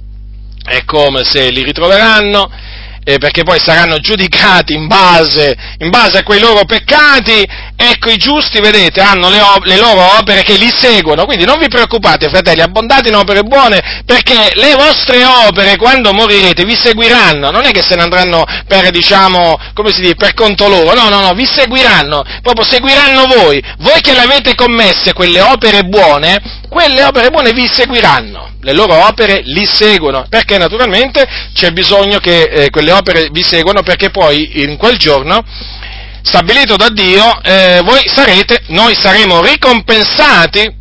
è come se li ritroveranno, eh, perché poi saranno giudicati in base, in base a quei loro peccati. Ecco, i giusti, vedete, hanno le, op- le loro opere che li seguono, quindi non vi preoccupate, fratelli, abbondate in opere buone, perché le vostre opere, quando morirete, vi seguiranno, non è che se ne andranno per, diciamo, come si dice, per conto loro, no, no, no, vi seguiranno, proprio seguiranno voi, voi che le avete commesse, quelle opere buone, quelle opere buone vi seguiranno, le loro opere li seguono, perché naturalmente c'è bisogno che eh, quelle opere vi seguano, perché poi in quel giorno, stabilito da Dio, eh, voi sarete, noi saremo ricompensati,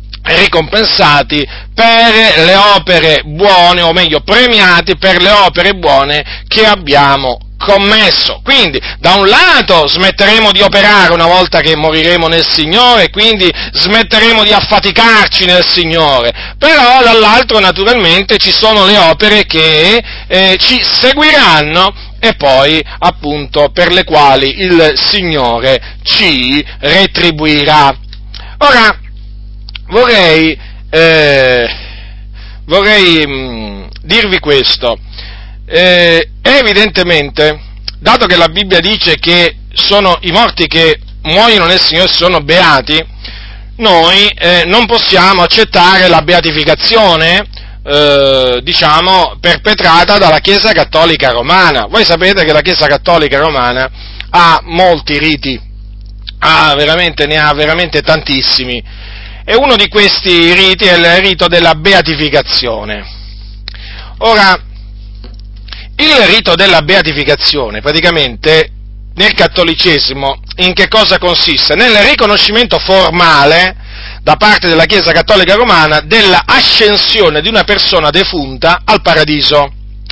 ricompensati per le opere buone, o meglio, premiati per le opere buone che abbiamo commesso. Quindi, da un lato smetteremo di operare una volta che moriremo nel Signore, quindi smetteremo di affaticarci nel Signore, però dall'altro naturalmente ci sono le opere che eh, ci seguiranno, e poi, appunto, per le quali il Signore ci retribuirà. Ora, vorrei, eh, vorrei mh, dirvi questo. Eh, evidentemente, dato che la Bibbia dice che sono i morti che muoiono nel Signore sono beati, noi eh, non possiamo accettare la beatificazione, Eh, diciamo, perpetrata dalla Chiesa Cattolica Romana. Voi sapete che la Chiesa Cattolica Romana ha molti riti, ha veramente, ne ha veramente tantissimi, e uno di questi riti è il rito della beatificazione. Ora, il rito della beatificazione, praticamente, nel cattolicesimo, in che cosa consiste? Nel riconoscimento formale, da parte della Chiesa Cattolica Romana, della ascensione di una persona defunta al paradiso.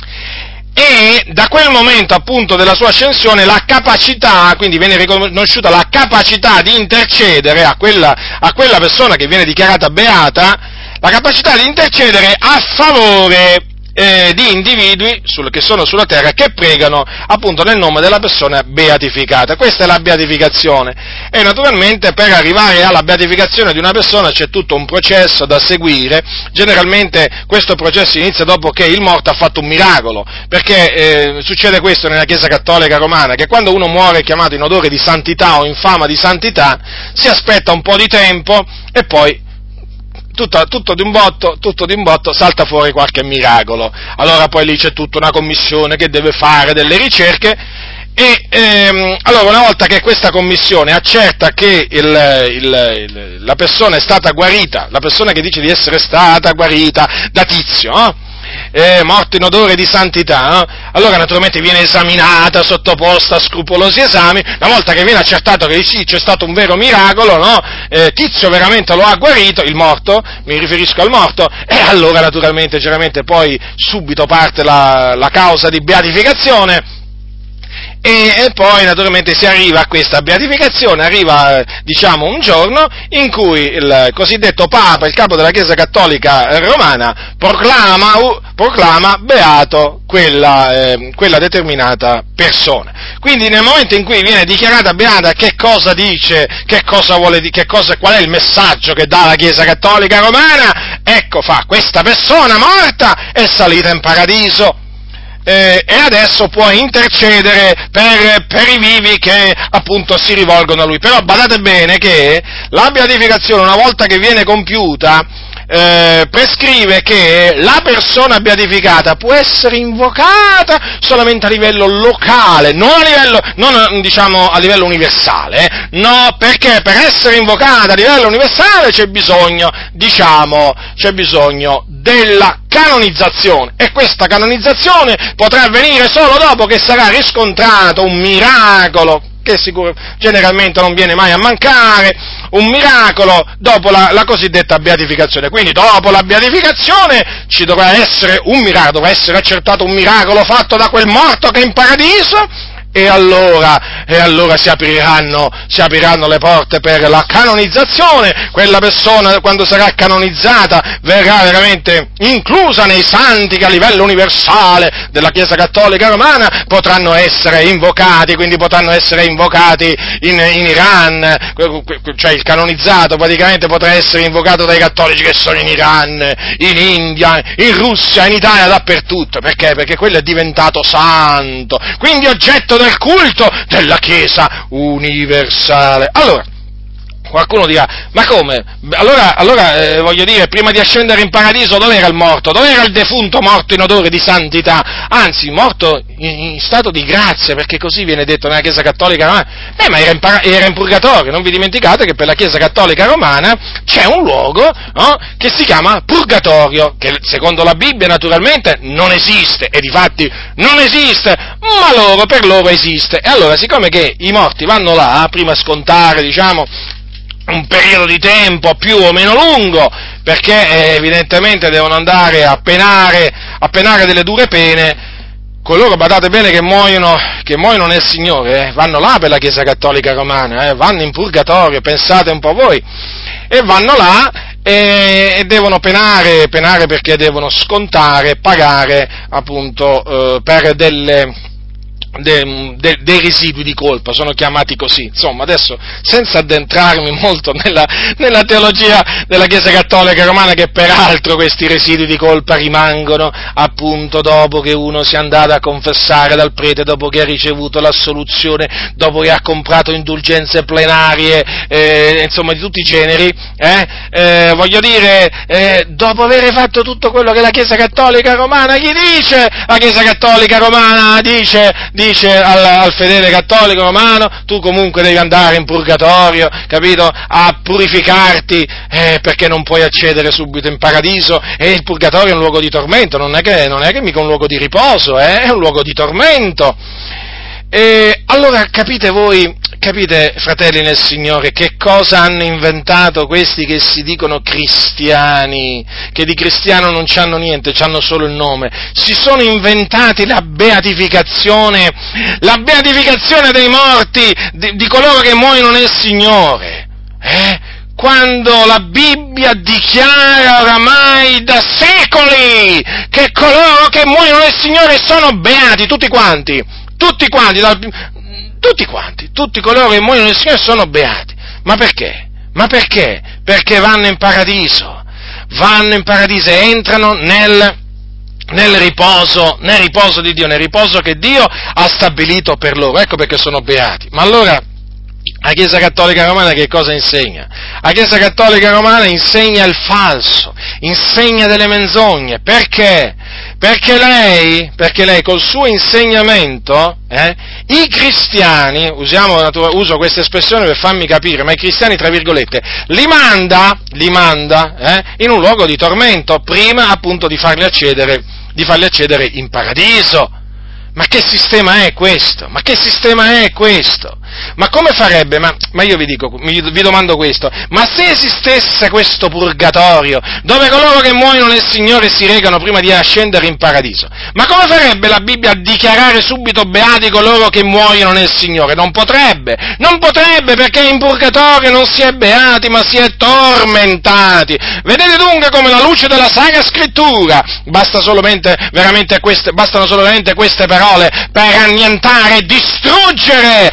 E da quel momento, appunto, della sua ascensione, la capacità, quindi viene riconosciuta la capacità di intercedere a quella, a quella persona che viene dichiarata beata, la capacità di intercedere a favore Eh, di individui sul, che sono sulla terra, che pregano appunto nel nome della persona beatificata. Questa è la beatificazione, e naturalmente per arrivare alla beatificazione di una persona c'è tutto un processo da seguire. Generalmente questo processo inizia dopo che il morto ha fatto un miracolo, perché eh, succede questo nella Chiesa Cattolica Romana, che quando uno muore chiamato in odore di santità o in fama di santità, si aspetta un po' di tempo e poi Tutto, tutto di un botto, tutto di un botto, salta fuori qualche miracolo. Allora poi lì c'è tutta una commissione che deve fare delle ricerche, e ehm, allora una volta che questa commissione accerta che il, il, il, la persona è stata guarita, la persona che dice di essere stata guarita da Tizio, eh? Eh, morto in odore di santità, eh? Allora naturalmente viene esaminata, sottoposta a scrupolosi esami. Una volta che viene accertato che sì, c'è stato un vero miracolo, no? Eh, Tizio veramente lo ha guarito, il morto, mi riferisco al morto, e allora naturalmente, chiaramente poi subito parte la, la causa di beatificazione. E, e poi naturalmente si arriva a questa beatificazione, arriva diciamo un giorno in cui il cosiddetto Papa, il capo della Chiesa Cattolica Romana, proclama, uh, proclama beato quella, eh, quella determinata persona. Quindi nel momento in cui viene dichiarata beata, che cosa dice, che cosa vuole dire, che cosa, qual è il messaggio che dà la Chiesa Cattolica Romana? Ecco, fa, questa persona morta è salita in paradiso. eh, e adesso può intercedere per, per i vivi che appunto si rivolgono a lui. Però badate bene che la beatificazione, una volta che viene compiuta, Eh, prescrive che la persona beatificata può essere invocata solamente a livello locale, non a livello, non diciamo a livello universale, eh? No, perché per essere invocata a livello universale c'è bisogno, diciamo, c'è bisogno della canonizzazione, e questa canonizzazione potrà avvenire solo dopo che sarà riscontrato un miracolo, che sicur- generalmente non viene mai a mancare, un miracolo dopo la, la cosiddetta beatificazione. Quindi dopo la beatificazione ci dovrà essere un miracolo, dovrà essere accertato un miracolo fatto da quel morto che è in paradiso, e allora, e allora si apriranno, si apriranno le porte per la canonizzazione. Quella persona, quando sarà canonizzata, verrà veramente inclusa nei santi che a livello universale della Chiesa Cattolica Romana potranno essere invocati, quindi potranno essere invocati in, in Iran, cioè il canonizzato praticamente potrà essere invocato dai cattolici che sono in Iran, in India, in Russia, in Italia, dappertutto. Perché? Perché quello è diventato santo, quindi oggetto del culto della Chiesa universale. Allora, qualcuno dirà, ma come? Allora, allora eh, voglio dire, prima di ascendere in paradiso dov'era il morto? Dov'era il defunto morto in odore di santità? Anzi, morto in, in stato di grazia, perché così viene detto nella Chiesa Cattolica Romana. Eh, ma era in, para- era in purgatorio. Non vi dimenticate che per la Chiesa Cattolica Romana c'è un luogo, no, che si chiama purgatorio, che secondo la Bibbia naturalmente non esiste, e difatti non esiste, ma loro, per loro esiste. E allora, siccome che i morti vanno là, prima a scontare, diciamo, un periodo di tempo più o meno lungo, perché eh, evidentemente devono andare a penare, a penare delle dure pene, coloro, badate bene, che muoiono, che muoiono nel Signore, eh, vanno là per la Chiesa Cattolica Romana, eh, vanno in purgatorio, pensate un po' voi, e vanno là e, e devono penare, penare perché devono scontare, pagare appunto eh, per delle... De, de, dei residui di colpa, sono chiamati così. Insomma, adesso, senza addentrarmi molto nella, nella teologia della Chiesa Cattolica Romana, che peraltro questi residui di colpa rimangono appunto dopo che uno sia andato a confessare dal prete, dopo che ha ricevuto l'assoluzione, dopo che ha comprato indulgenze plenarie, eh, insomma di tutti i generi, eh, eh, voglio dire, eh, dopo aver fatto tutto quello che la Chiesa Cattolica Romana gli dice, la Chiesa Cattolica Romana dice, dice al, al fedele cattolico romano, tu comunque devi andare in purgatorio, capito, a purificarti, eh, perché non puoi accedere subito in paradiso, e il purgatorio è un luogo di tormento, non è che, non è che mica un luogo di riposo, eh, è un luogo di tormento. E allora capite voi, capite, fratelli nel Signore, che cosa hanno inventato questi che si dicono cristiani, che di cristiano non c'hanno niente, c'hanno solo il nome? Si sono inventati la beatificazione, la beatificazione dei morti, di, di coloro che muoiono nel Signore, eh? Quando la Bibbia dichiara oramai da secoli che coloro che muoiono nel Signore sono beati, tutti quanti. Tutti quanti, tutti quanti, tutti coloro che muoiono nel Signore sono beati. Ma perché? Ma perché? Perché vanno in paradiso, vanno in paradiso e entrano nel, nel riposo, nel riposo di Dio, nel riposo che Dio ha stabilito per loro. Ecco perché sono beati. Ma allora, la Chiesa Cattolica Romana che cosa insegna? La Chiesa Cattolica Romana insegna il falso, insegna delle menzogne. Perché? Perché lei, perché lei col suo insegnamento, eh, i cristiani, usiamo, uso questa espressione per farmi capire, ma i cristiani, tra virgolette, li manda, li manda eh, in un luogo di tormento, prima appunto di farli accedere, di farli accedere in paradiso. Ma che sistema è questo? Ma che sistema è questo? Ma come farebbe? Ma, ma io vi dico, vi domando questo, ma se esistesse questo purgatorio, dove coloro che muoiono nel Signore si recano prima di ascendere in paradiso, ma come farebbe la Bibbia a dichiarare subito beati coloro che muoiono nel Signore? Non potrebbe, non potrebbe, perché in purgatorio non si è beati, ma si è tormentati. Vedete dunque come la luce della Sacra Scrittura, basta solamente, veramente queste, bastano solamente queste parole per annientare e distruggere veramente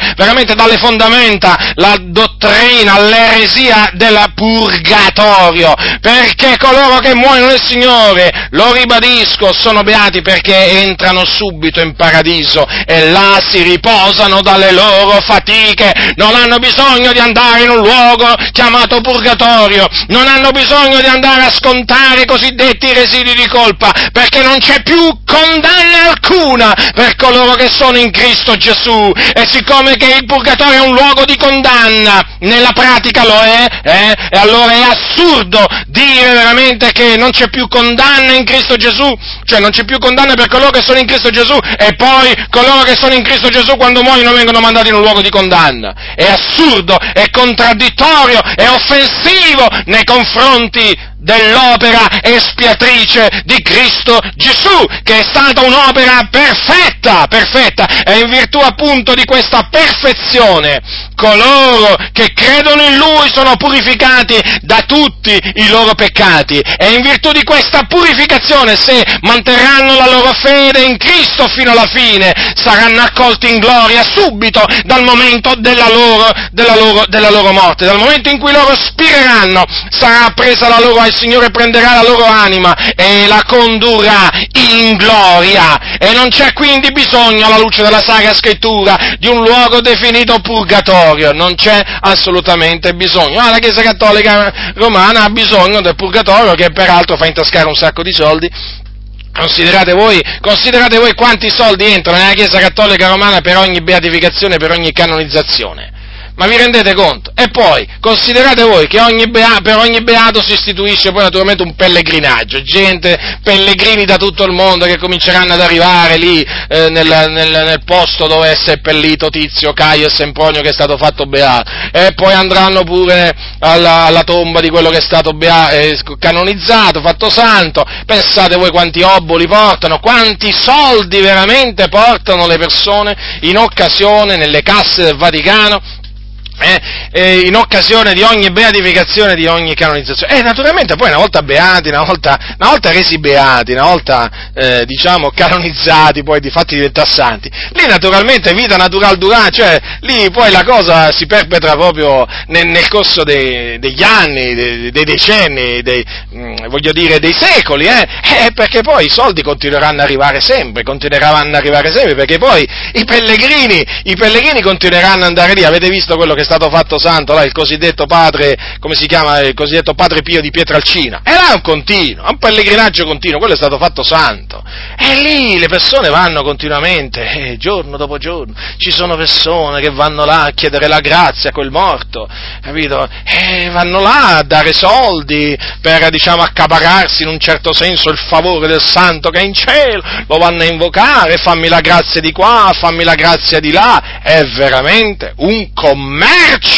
veramente dalle fondamenta la dottrina, l'eresia del purgatorio, perché coloro che muoiono nel Signore, lo ribadisco, sono beati perché entrano subito in paradiso e là si riposano dalle loro fatiche, non hanno bisogno di andare in un luogo chiamato purgatorio, non hanno bisogno di andare a scontare i cosiddetti residui di colpa, perché non c'è più condanna alcuna per coloro che sono in Cristo Gesù, e siccome che il purgatorio è un luogo di condanna, nella pratica lo è, eh, e allora è assurdo dire veramente che non c'è più condanna in Cristo Gesù, cioè non c'è più condanna per coloro che sono in Cristo Gesù, e poi coloro che sono in Cristo Gesù quando muoiono vengono mandati in un luogo di condanna. È assurdo, è contraddittorio, è offensivo nei confronti dell'opera espiatrice di Cristo Gesù, che è stata un'opera perfetta, perfetta, e in virtù appunto di questa perfezione coloro che credono in Lui sono purificati da tutti i loro peccati, e in virtù di questa purificazione, se manterranno la loro fede in Cristo fino alla fine, saranno accolti in gloria subito dal momento della loro, della loro, della loro morte, dal momento in cui loro spireranno, sarà presa la loro, il Signore prenderà la loro anima e la condurrà in gloria, e non c'è quindi bisogno, alla luce della Sacra Scrittura, di un luogo definito purgatorio, non c'è assolutamente bisogno. Ah, la Chiesa Cattolica Romana ha bisogno del purgatorio, che peraltro fa intascare un sacco di soldi. Considerate voi, considerate voi quanti soldi entrano nella Chiesa Cattolica Romana per ogni beatificazione, per ogni canonizzazione. Ma vi rendete conto? E poi, considerate voi che ogni bea, per ogni beato si istituisce poi naturalmente un pellegrinaggio, gente, pellegrini da tutto il mondo che cominceranno ad arrivare lì eh, nel, nel, nel posto dove è seppellito Tizio, Caio e Sempronio che è stato fatto beato, e poi andranno pure alla, alla tomba di quello che è stato bea, eh, canonizzato, fatto santo. Pensate voi quanti oboli portano, quanti soldi veramente portano le persone in occasione nelle casse del Vaticano, Eh, eh, in occasione di ogni beatificazione, di ogni canonizzazione. E naturalmente poi una volta beati, una volta, una volta resi beati, una volta eh, diciamo canonizzati, poi di fatti diventare santi, lì naturalmente vita natural durà, cioè lì poi la cosa si perpetra proprio nel, nel corso dei, degli anni, dei, dei decenni, dei, mh, voglio dire dei secoli, eh? eh, perché poi i soldi continueranno ad arrivare sempre, continueranno ad arrivare sempre, perché poi i pellegrini, i pellegrini continueranno ad andare lì. Avete visto quello che è stato fatto santo, là, il cosiddetto padre, come si chiama, il cosiddetto padre Pio di Pietralcina, e là è un continuo, è un pellegrinaggio continuo, quello è stato fatto santo, e lì le persone vanno continuamente, eh, giorno dopo giorno, ci sono persone che vanno là a chiedere la grazia a quel morto, capito, e vanno là a dare soldi per, diciamo, accapararsi in un certo senso il favore del santo che è in cielo, lo vanno a invocare, fammi la grazia di qua, fammi la grazia di là, è veramente un commercio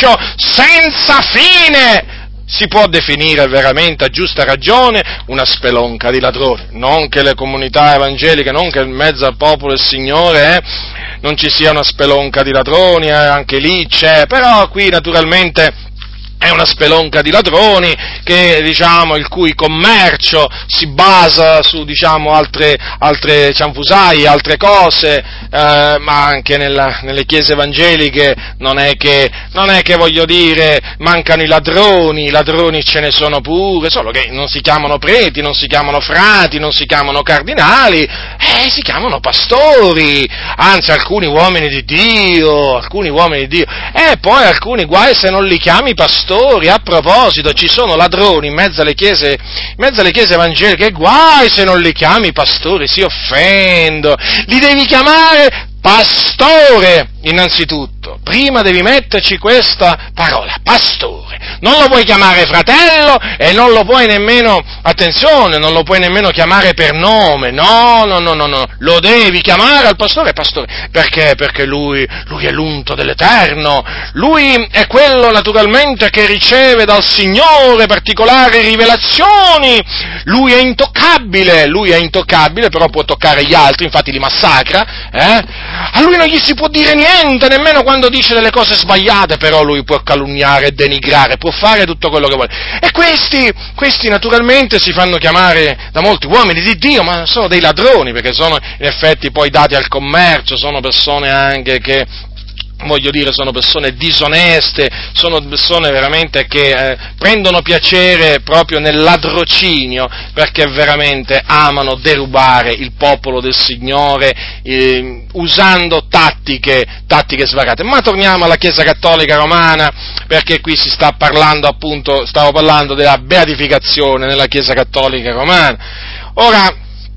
senza fine. Si può definire veramente a giusta ragione una spelonca di ladroni, non che le comunità evangeliche, non che in mezzo al popolo del Signore eh, non ci sia una spelonca di ladroni, eh, anche lì c'è, però qui naturalmente è una spelonca di ladroni che, diciamo, il cui commercio si basa su, diciamo, altre, altre cianfusaglie, altre cose, eh, ma anche nella, nelle chiese evangeliche non è che, non è che voglio dire, mancano i ladroni, i ladroni ce ne sono pure, solo che non si chiamano preti, non si chiamano frati, non si chiamano cardinali, eh, si chiamano pastori, anzi alcuni uomini di Dio, alcuni uomini di Dio, e poi alcuni guai se non li chiami pastori. A proposito, ci sono ladroni in mezzo alle chiese, in mezzo alle chiese evangeliche, guai se non li chiami pastori, si offendo, li devi chiamare pastore, innanzitutto, prima devi metterci questa parola, pastore, non lo puoi chiamare fratello e non lo puoi nemmeno, attenzione, non lo puoi nemmeno chiamare per nome, no, no, no, no, no, lo devi chiamare al pastore, pastore, perché? Perché lui, lui è l'unto dell'Eterno, lui è quello naturalmente che riceve dal Signore particolari rivelazioni, lui è intoccabile, lui è intoccabile, però può toccare gli altri, infatti li massacra, eh? A lui non gli si può dire niente, nemmeno quando dice delle cose sbagliate, però lui può calunniare e denigrare, può fare tutto quello che vuole. E questi, questi naturalmente si fanno chiamare da molti uomini di Dio, ma sono dei ladroni, perché sono in effetti poi dati al commercio, sono persone anche che voglio dire, sono persone disoneste, sono persone veramente che eh, prendono piacere proprio nel ladrocinio, perché veramente amano derubare il popolo del Signore eh, usando tattiche, tattiche svariate. Ma torniamo alla Chiesa Cattolica Romana, perché qui si sta parlando appunto, stavo parlando della beatificazione nella Chiesa Cattolica Romana. Ora,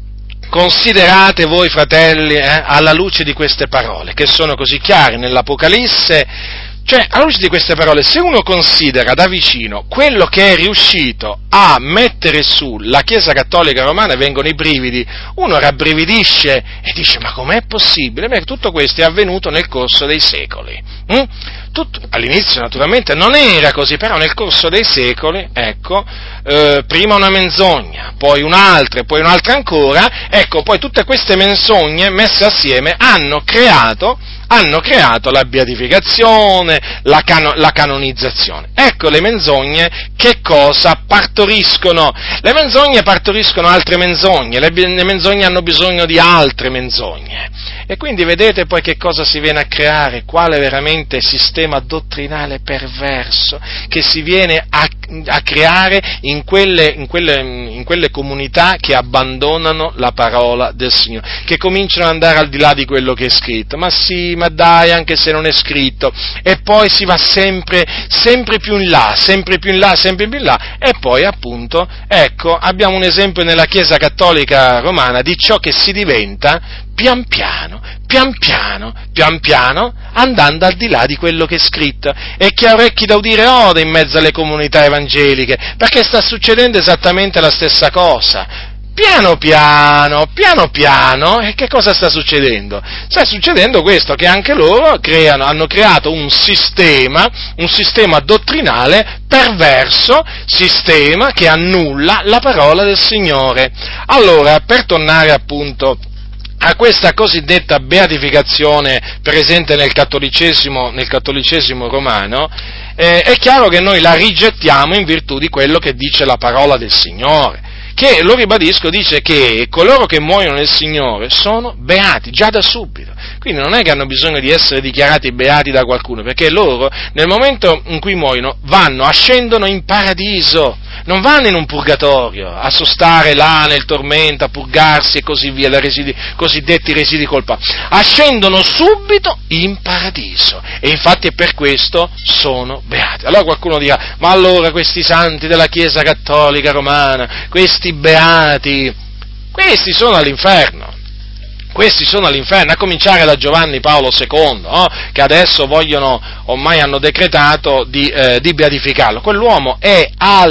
considerate voi, fratelli, eh, alla luce di queste parole, che sono così chiare nell'Apocalisse, cioè, alla luce di queste parole, se uno considera da vicino quello che è riuscito a mettere su la Chiesa Cattolica Romana, vengono i brividi, uno rabbrividisce e dice, ma com'è possibile? Beh, tutto questo è avvenuto nel corso dei secoli. Hm? Tutto, all'inizio naturalmente non era così, però nel corso dei secoli, ecco, eh, prima una menzogna, poi un'altra, e poi un'altra ancora, ecco, poi tutte queste menzogne messe assieme hanno creato, hanno creato la beatificazione, la, cano, la canonizzazione. Ecco le menzogne che cosa partoriscono? Le menzogne partoriscono altre menzogne, le, le menzogne hanno bisogno di altre menzogne. E quindi vedete poi che cosa si viene a creare, quale veramente sistema dottrinale perverso che si viene a, a creare in quelle, in, quelle, in quelle comunità che abbandonano la parola del Signore, che cominciano ad andare al di là di quello che è scritto. Ma sì, ma dai, anche se non è scritto, e poi si va sempre, sempre più in là, sempre più in là, sempre più in là, e poi appunto, ecco, abbiamo un esempio nella Chiesa Cattolica Romana di ciò che si diventa pian piano, pian piano, pian piano, andando al di là di quello che è scritto. E chi ha orecchi da udire oda in mezzo alle comunità evangeliche, perché sta succedendo esattamente la stessa cosa. Piano piano, piano piano, e che cosa sta succedendo? Sta succedendo questo, che anche loro creano, hanno creato un sistema, un sistema dottrinale perverso, sistema che annulla la parola del Signore. Allora, per tornare appunto a questa cosiddetta beatificazione presente nel cattolicesimo, nel cattolicesimo romano, eh, è chiaro che noi la rigettiamo in virtù di quello che dice la parola del Signore, che, lo ribadisco, dice che coloro che muoiono nel Signore sono beati, già da subito. Quindi non è che hanno bisogno di essere dichiarati beati da qualcuno, perché loro, nel momento in cui muoiono, vanno, ascendono in paradiso, non vanno in un purgatorio, a sostare là nel tormento, a purgarsi e così via, da residi, cosiddetti residi colpa. Ascendono subito in paradiso, e infatti è per questo sono beati. Allora qualcuno dirà, ma allora questi santi della Chiesa Cattolica Romana, questi beati, questi sono all'inferno. Questi sono all'inferno, a cominciare da Giovanni Paolo secondo, no? Che adesso vogliono, ormai hanno decretato di, eh, di beatificarlo. Quell'uomo è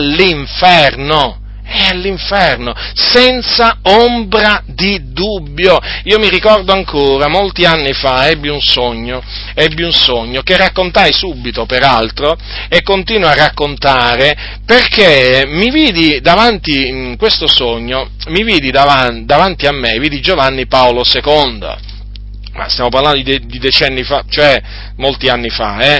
all'inferno, è all'inferno, senza ombra di dubbio. Io mi ricordo ancora, molti anni fa, ebbi un sogno, ebbi un sogno che raccontai subito, peraltro, e continuo a raccontare, perché mi vidi davanti, in questo sogno, mi vidi davanti, davanti a me, vidi Giovanni Paolo secondo, ma stiamo parlando di, di decenni fa, cioè molti anni fa, eh,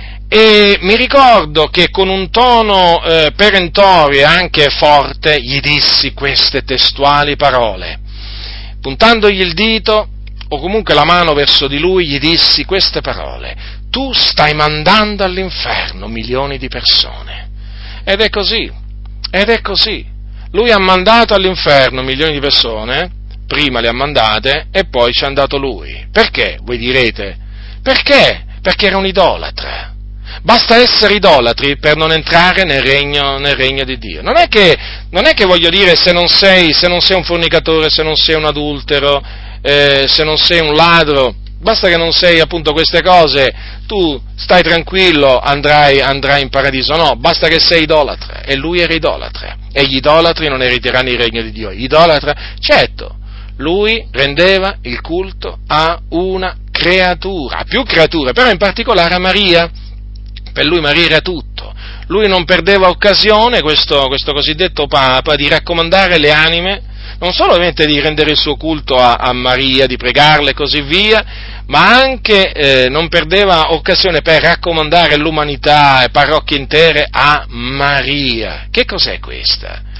e mi ricordo che con un tono eh, perentorio e anche forte gli dissi queste testuali parole, puntandogli il dito o comunque la mano verso di lui, gli dissi queste parole: tu stai mandando all'inferno milioni di persone. Ed è così, ed è così. Lui ha mandato all'inferno milioni di persone, prima le ha mandate e poi ci è andato lui. Perché? Voi direte. Perché? Perché era un idolatra. Basta essere idolatri per non entrare nel regno, nel regno di Dio. Non è che, non è che voglio dire, se non sei, se non sei un fornicatore, se non sei un adultero, eh, se non sei un ladro, basta che non sei appunto queste cose, tu stai tranquillo, andrai, andrai in paradiso. No, basta che sei idolatra, e lui era idolatra, e gli idolatri non erediteranno il regno di Dio. Idolatra, certo, lui rendeva il culto a una creatura, a più creature, però in particolare a Maria. Per lui Maria era tutto. Lui non perdeva occasione, questo, questo cosiddetto Papa, di raccomandare le anime, non solamente di rendere il suo culto a, a Maria, di pregarle e così via, ma anche eh, non perdeva occasione per raccomandare l'umanità e parrocchie intere a Maria. Che cos'è questa?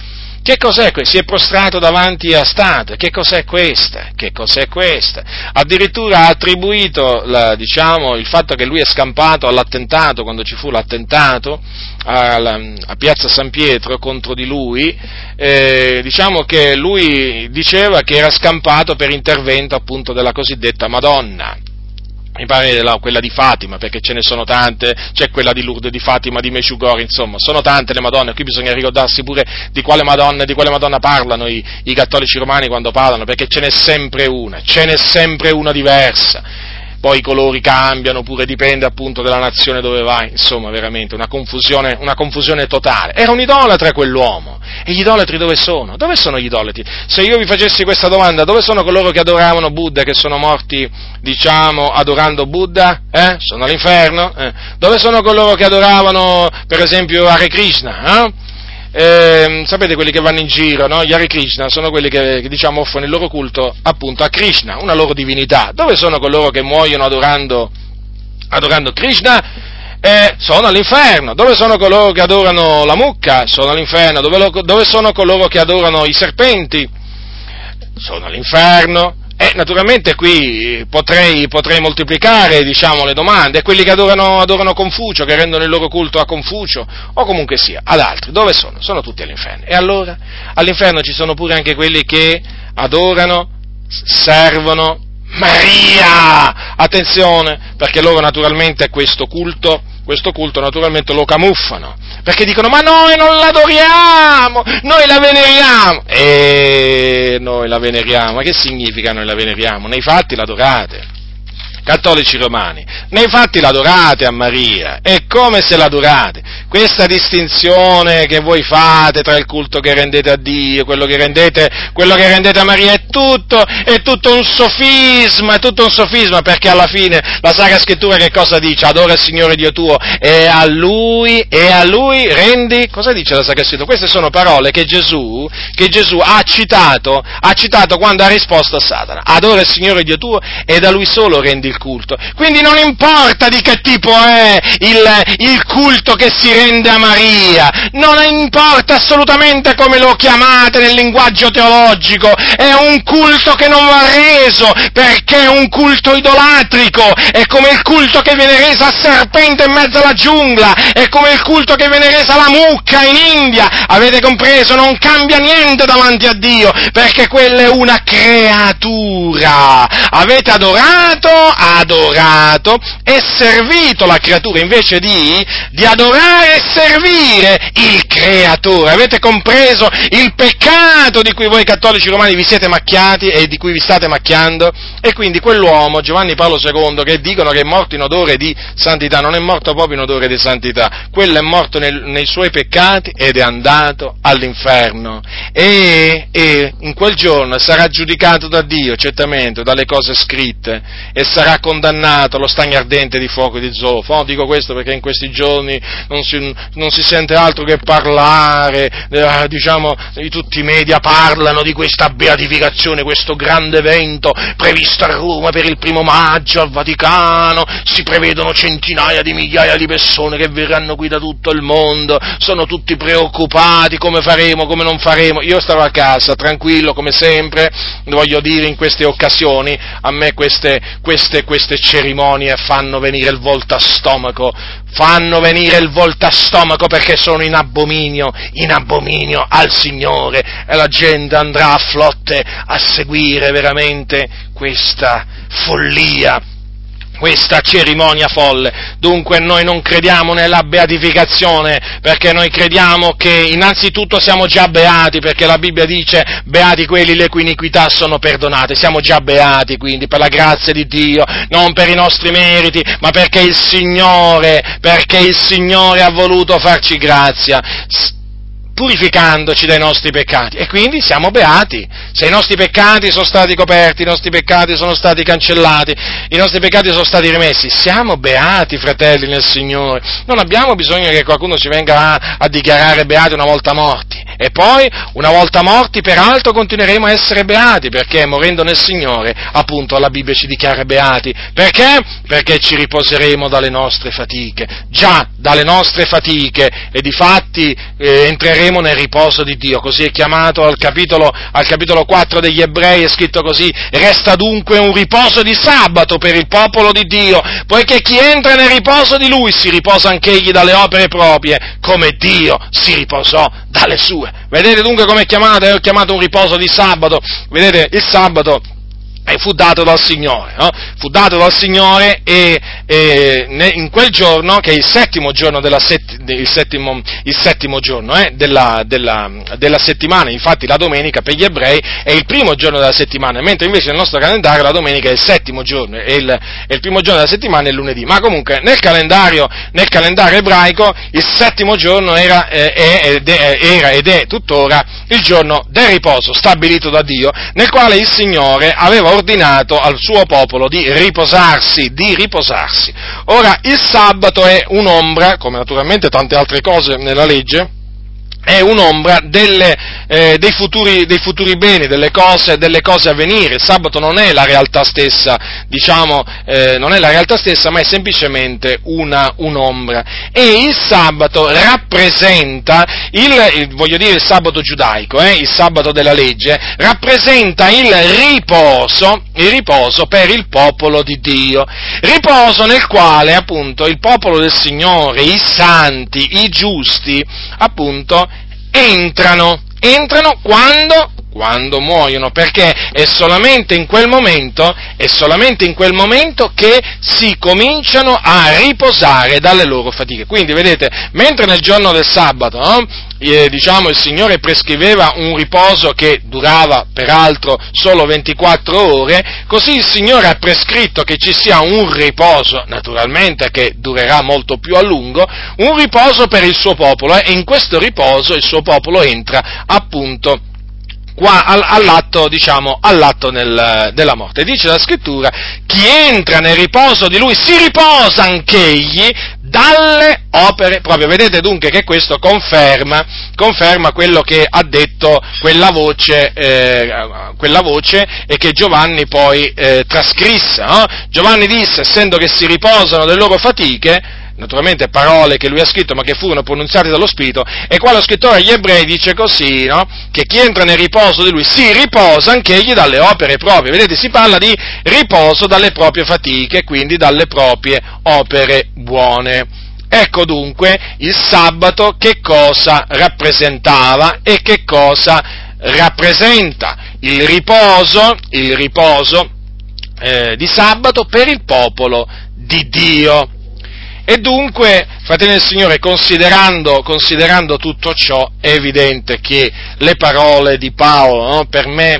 Che cos'è questo? Si è prostrato davanti a statua. Che cos'è questa? Che cos'è questa? Addirittura ha attribuito, la, diciamo, il fatto che lui è scampato all'attentato, quando ci fu l'attentato a, a Piazza San Pietro contro di lui, eh, diciamo che lui diceva che era scampato per intervento appunto della cosiddetta Madonna. Mi pare la, quella di Fatima, perché ce ne sono tante, c'è quella di Lourdes, di Fatima, di Mesciugori, insomma, sono tante le Madonne, qui bisogna ricordarsi pure di quale Madonna, di quale Madonna parlano i, i cattolici romani quando parlano, perché ce n'è sempre una, ce n'è sempre una diversa. Poi i colori cambiano, pure dipende appunto dalla nazione dove vai, insomma veramente una confusione, una confusione totale. Era un idolatra quell'uomo, e gli idolatri dove sono? Dove sono gli idolatri? Se io vi facessi questa domanda, dove sono coloro che adoravano Buddha, che sono morti, diciamo, adorando Buddha? Eh? Sono all'inferno? Eh? Dove sono coloro che adoravano, per esempio, Hare Krishna? Eh? Eh, sapete quelli che vanno in giro, no? Gli Hare Krishna sono quelli che, che diciamo offrono il loro culto appunto a Krishna, una loro divinità. Dove sono coloro che muoiono adorando, adorando Krishna? Eh, sono all'inferno. Dove sono coloro che adorano la mucca? Sono all'inferno. Dove, lo, dove sono coloro che adorano i serpenti? Sono all'inferno. E naturalmente qui potrei, potrei moltiplicare, diciamo, le domande, e quelli che adorano, adorano Confucio, che rendono il loro culto a Confucio, o comunque sia, ad altri, dove sono? Sono tutti all'inferno. E allora? All'inferno ci sono pure anche quelli che adorano, servono Maria! Attenzione, perché loro naturalmente questo culto, questo culto naturalmente lo camuffano, perché dicono, ma noi non l'adoriamo, noi la veneriamo, e noi la veneriamo, ma che significa noi la veneriamo? Nei fatti l'adorate, cattolici romani, nei fatti l'adorate a Maria, e come se l'adorate? Questa distinzione che voi fate tra il culto che rendete a Dio, quello che rendete, quello che rendete a Maria, è tutto, è tutto un sofisma, è tutto un sofisma, perché alla fine la Sacra Scrittura che cosa dice? Adora il Signore Dio tuo, e a Lui, e a Lui rendi, cosa dice la Sacra Scrittura? Queste sono parole che Gesù, che Gesù ha citato, ha citato quando ha risposto a Satana, adora il Signore Dio tuo, ed a Lui solo rendi il culto. Quindi non importa di che tipo è il, il culto che si rende a Maria, non importa assolutamente come lo chiamate nel linguaggio teologico, è un culto che non va reso, perché è un culto idolatrico, è come il culto che viene reso al serpente in mezzo alla giungla, è come il culto che viene reso alla mucca in India, avete compreso? Non cambia niente davanti a Dio, perché quella è una creatura, avete adorato, adorato e servito la creatura, invece di, di adorare e servire il creatore. Avete compreso il peccato di cui voi cattolici romani vi siete macchiati e di cui vi state macchiando? E quindi quell'uomo, Giovanni Paolo secondo, che dicono che è morto in odore di santità, non è morto proprio in odore di santità, quello è morto nel, nei suoi peccati ed è andato all'inferno, e, e in quel giorno sarà giudicato da Dio, certamente, dalle cose scritte, e sarà condannato allo stagno ardente di fuoco e di zolfo. Oh, dico questo perché in questi giorni non si, non si sente altro che parlare, eh, diciamo, di tutti i media parlano di questa beatificazione, questo grande evento previsto a Roma per il primo maggio al Vaticano, si prevedono centinaia di migliaia di persone che verranno qui da tutto il mondo, sono tutti preoccupati, come faremo, come non faremo. Io stavo a casa, tranquillo come sempre, voglio dire, in queste occasioni, a me queste, queste, queste cerimonie fanno venire il volto a stomaco, fanno venire il volto a stomaco perché sono in abominio, in abominio al Signore, e la gente andrà a flotte a seguire veramente questa follia, questa cerimonia folle. Dunque noi non crediamo nella beatificazione, perché noi crediamo che innanzitutto siamo già beati, perché la Bibbia dice beati quelli le cui iniquità sono perdonate, siamo già beati quindi per la grazia di Dio, non per i nostri meriti, ma perché il Signore, perché il Signore ha voluto farci grazia, purificandoci dai nostri peccati, e quindi siamo beati. Se i nostri peccati sono stati coperti, i nostri peccati sono stati cancellati, i nostri peccati sono stati rimessi, siamo beati, fratelli nel Signore. Non abbiamo bisogno che qualcuno ci venga a, a dichiarare beati una volta morti, E poi, una volta morti, peraltro continueremo a essere beati, perché morendo nel Signore, appunto, la Bibbia ci dichiara beati. Perché? Perché ci riposeremo dalle nostre fatiche, già dalle nostre fatiche, e difatti eh, entreremo nel riposo di Dio, così è chiamato al capitolo, al capitolo quattro degli Ebrei, è scritto così: resta dunque un riposo di sabato per il popolo di Dio, poiché chi entra nel riposo di Lui si riposa anch'egli dalle opere proprie, come Dio si riposò dalle sue. Vedete dunque come è chiamato? È chiamato un riposo di sabato. Vedete, il sabato e fu dato dal Signore, no? Fu dato dal Signore e, e in quel giorno, che è il settimo giorno della set, il settimo, il settimo giorno eh, della, della, della settimana, infatti la domenica per gli ebrei è il primo giorno della settimana, mentre invece nel nostro calendario la domenica è il settimo giorno, e il, e il primo giorno della settimana è il lunedì, ma comunque nel calendario, nel calendario ebraico il settimo giorno era, eh, ed è, era ed è tuttora il giorno del riposo stabilito da Dio, nel quale il Signore aveva ordinato al suo popolo di riposarsi, di riposarsi. Ora, il sabato è un'ombra, come naturalmente tante altre cose nella legge, è un'ombra delle, eh, dei, futuri, dei futuri beni, delle cose, delle cose a venire. Il sabato non è la realtà stessa, diciamo, eh, non è la realtà stessa, ma è semplicemente una, un'ombra. E il sabato rappresenta, il, il, voglio dire il sabato giudaico, eh, il sabato della legge, rappresenta il riposo, il riposo per il popolo di Dio. Riposo nel quale, appunto, il popolo del Signore, i santi, i giusti, appunto, entrano, entrano quando, quando muoiono, perché è solamente in quel momento, è solamente in quel momento che si cominciano a riposare dalle loro fatiche. Quindi, vedete, mentre nel giorno del sabato, no, eh, diciamo, il Signore prescriveva un riposo che durava, peraltro, solo ventiquattro ore, così il Signore ha prescritto che ci sia un riposo, naturalmente, che durerà molto più a lungo, un riposo per il suo popolo, e in questo riposo il suo popolo entra, appunto, qua all'atto, diciamo, all'atto nel, della morte. Dice la Scrittura: chi entra nel riposo di Lui si riposa anch'egli dalle opere proprie. Vedete dunque che questo conferma, conferma quello che ha detto quella voce, eh, quella voce e che Giovanni poi eh, trascrisse, no? Giovanni disse: essendo che si riposano delle loro fatiche, naturalmente parole che lui ha scritto ma che furono pronunziate dallo Spirito, e qua lo scrittore agli ebrei dice così, no? Che chi entra nel riposo di lui si riposa anch'egli dalle opere proprie. Vedete, si parla di riposo dalle proprie fatiche, quindi dalle proprie opere buone. Ecco dunque il sabato che cosa rappresentava e che cosa rappresenta: il riposo, il riposo eh, di sabato per il popolo di Dio. E dunque, fratelli del Signore, considerando, considerando tutto ciò, è evidente che le parole di Paolo, no, per me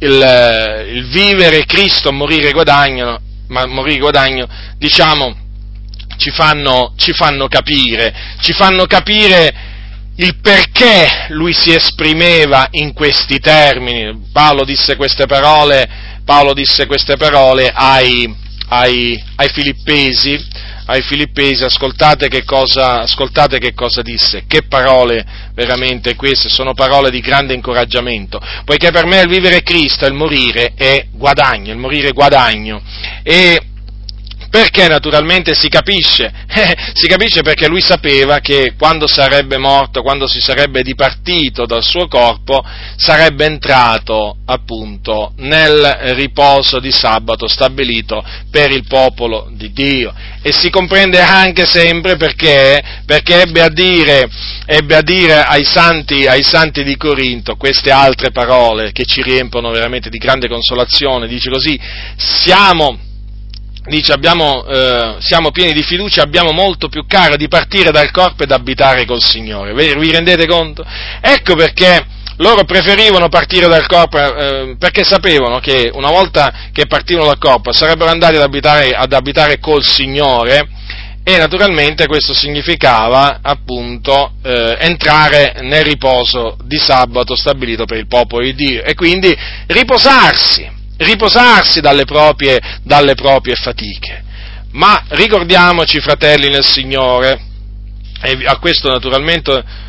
il, il vivere Cristo, morire guadagno, ma morire guadagno, diciamo, ci fanno, ci fanno capire, ci fanno capire il perché lui si esprimeva in questi termini. Paolo disse queste parole, Paolo disse queste parole ai, ai, ai Filippesi, ai Filippesi, ascoltate che cosa, ascoltate che cosa disse, che parole veramente queste, sono parole di grande incoraggiamento, poiché per me il vivere Cristo e il morire è guadagno, il morire è guadagno, e perché naturalmente si capisce, eh, si capisce perché lui sapeva che quando sarebbe morto, quando si sarebbe dipartito dal suo corpo, sarebbe entrato appunto nel riposo di sabato stabilito per il popolo di Dio. E si comprende anche sempre perché, perché ebbe a dire, ebbe a dire ai santi, ai santi di Corinto queste altre parole che ci riempiono veramente di grande consolazione. Dice così: siamo Dice, abbiamo, eh, siamo pieni di fiducia, abbiamo molto più caro di partire dal corpo ed abitare col Signore. Vi rendete conto? Ecco perché loro preferivano partire dal corpo, eh, perché sapevano che una volta che partivano dal corpo sarebbero andati ad abitare, ad abitare col Signore, e naturalmente questo significava appunto eh, entrare nel riposo di sabato stabilito per il popolo di Dio, e quindi riposarsi. riposarsi dalle proprie, dalle proprie fatiche. Ma ricordiamoci, fratelli nel Signore, e a questo naturalmente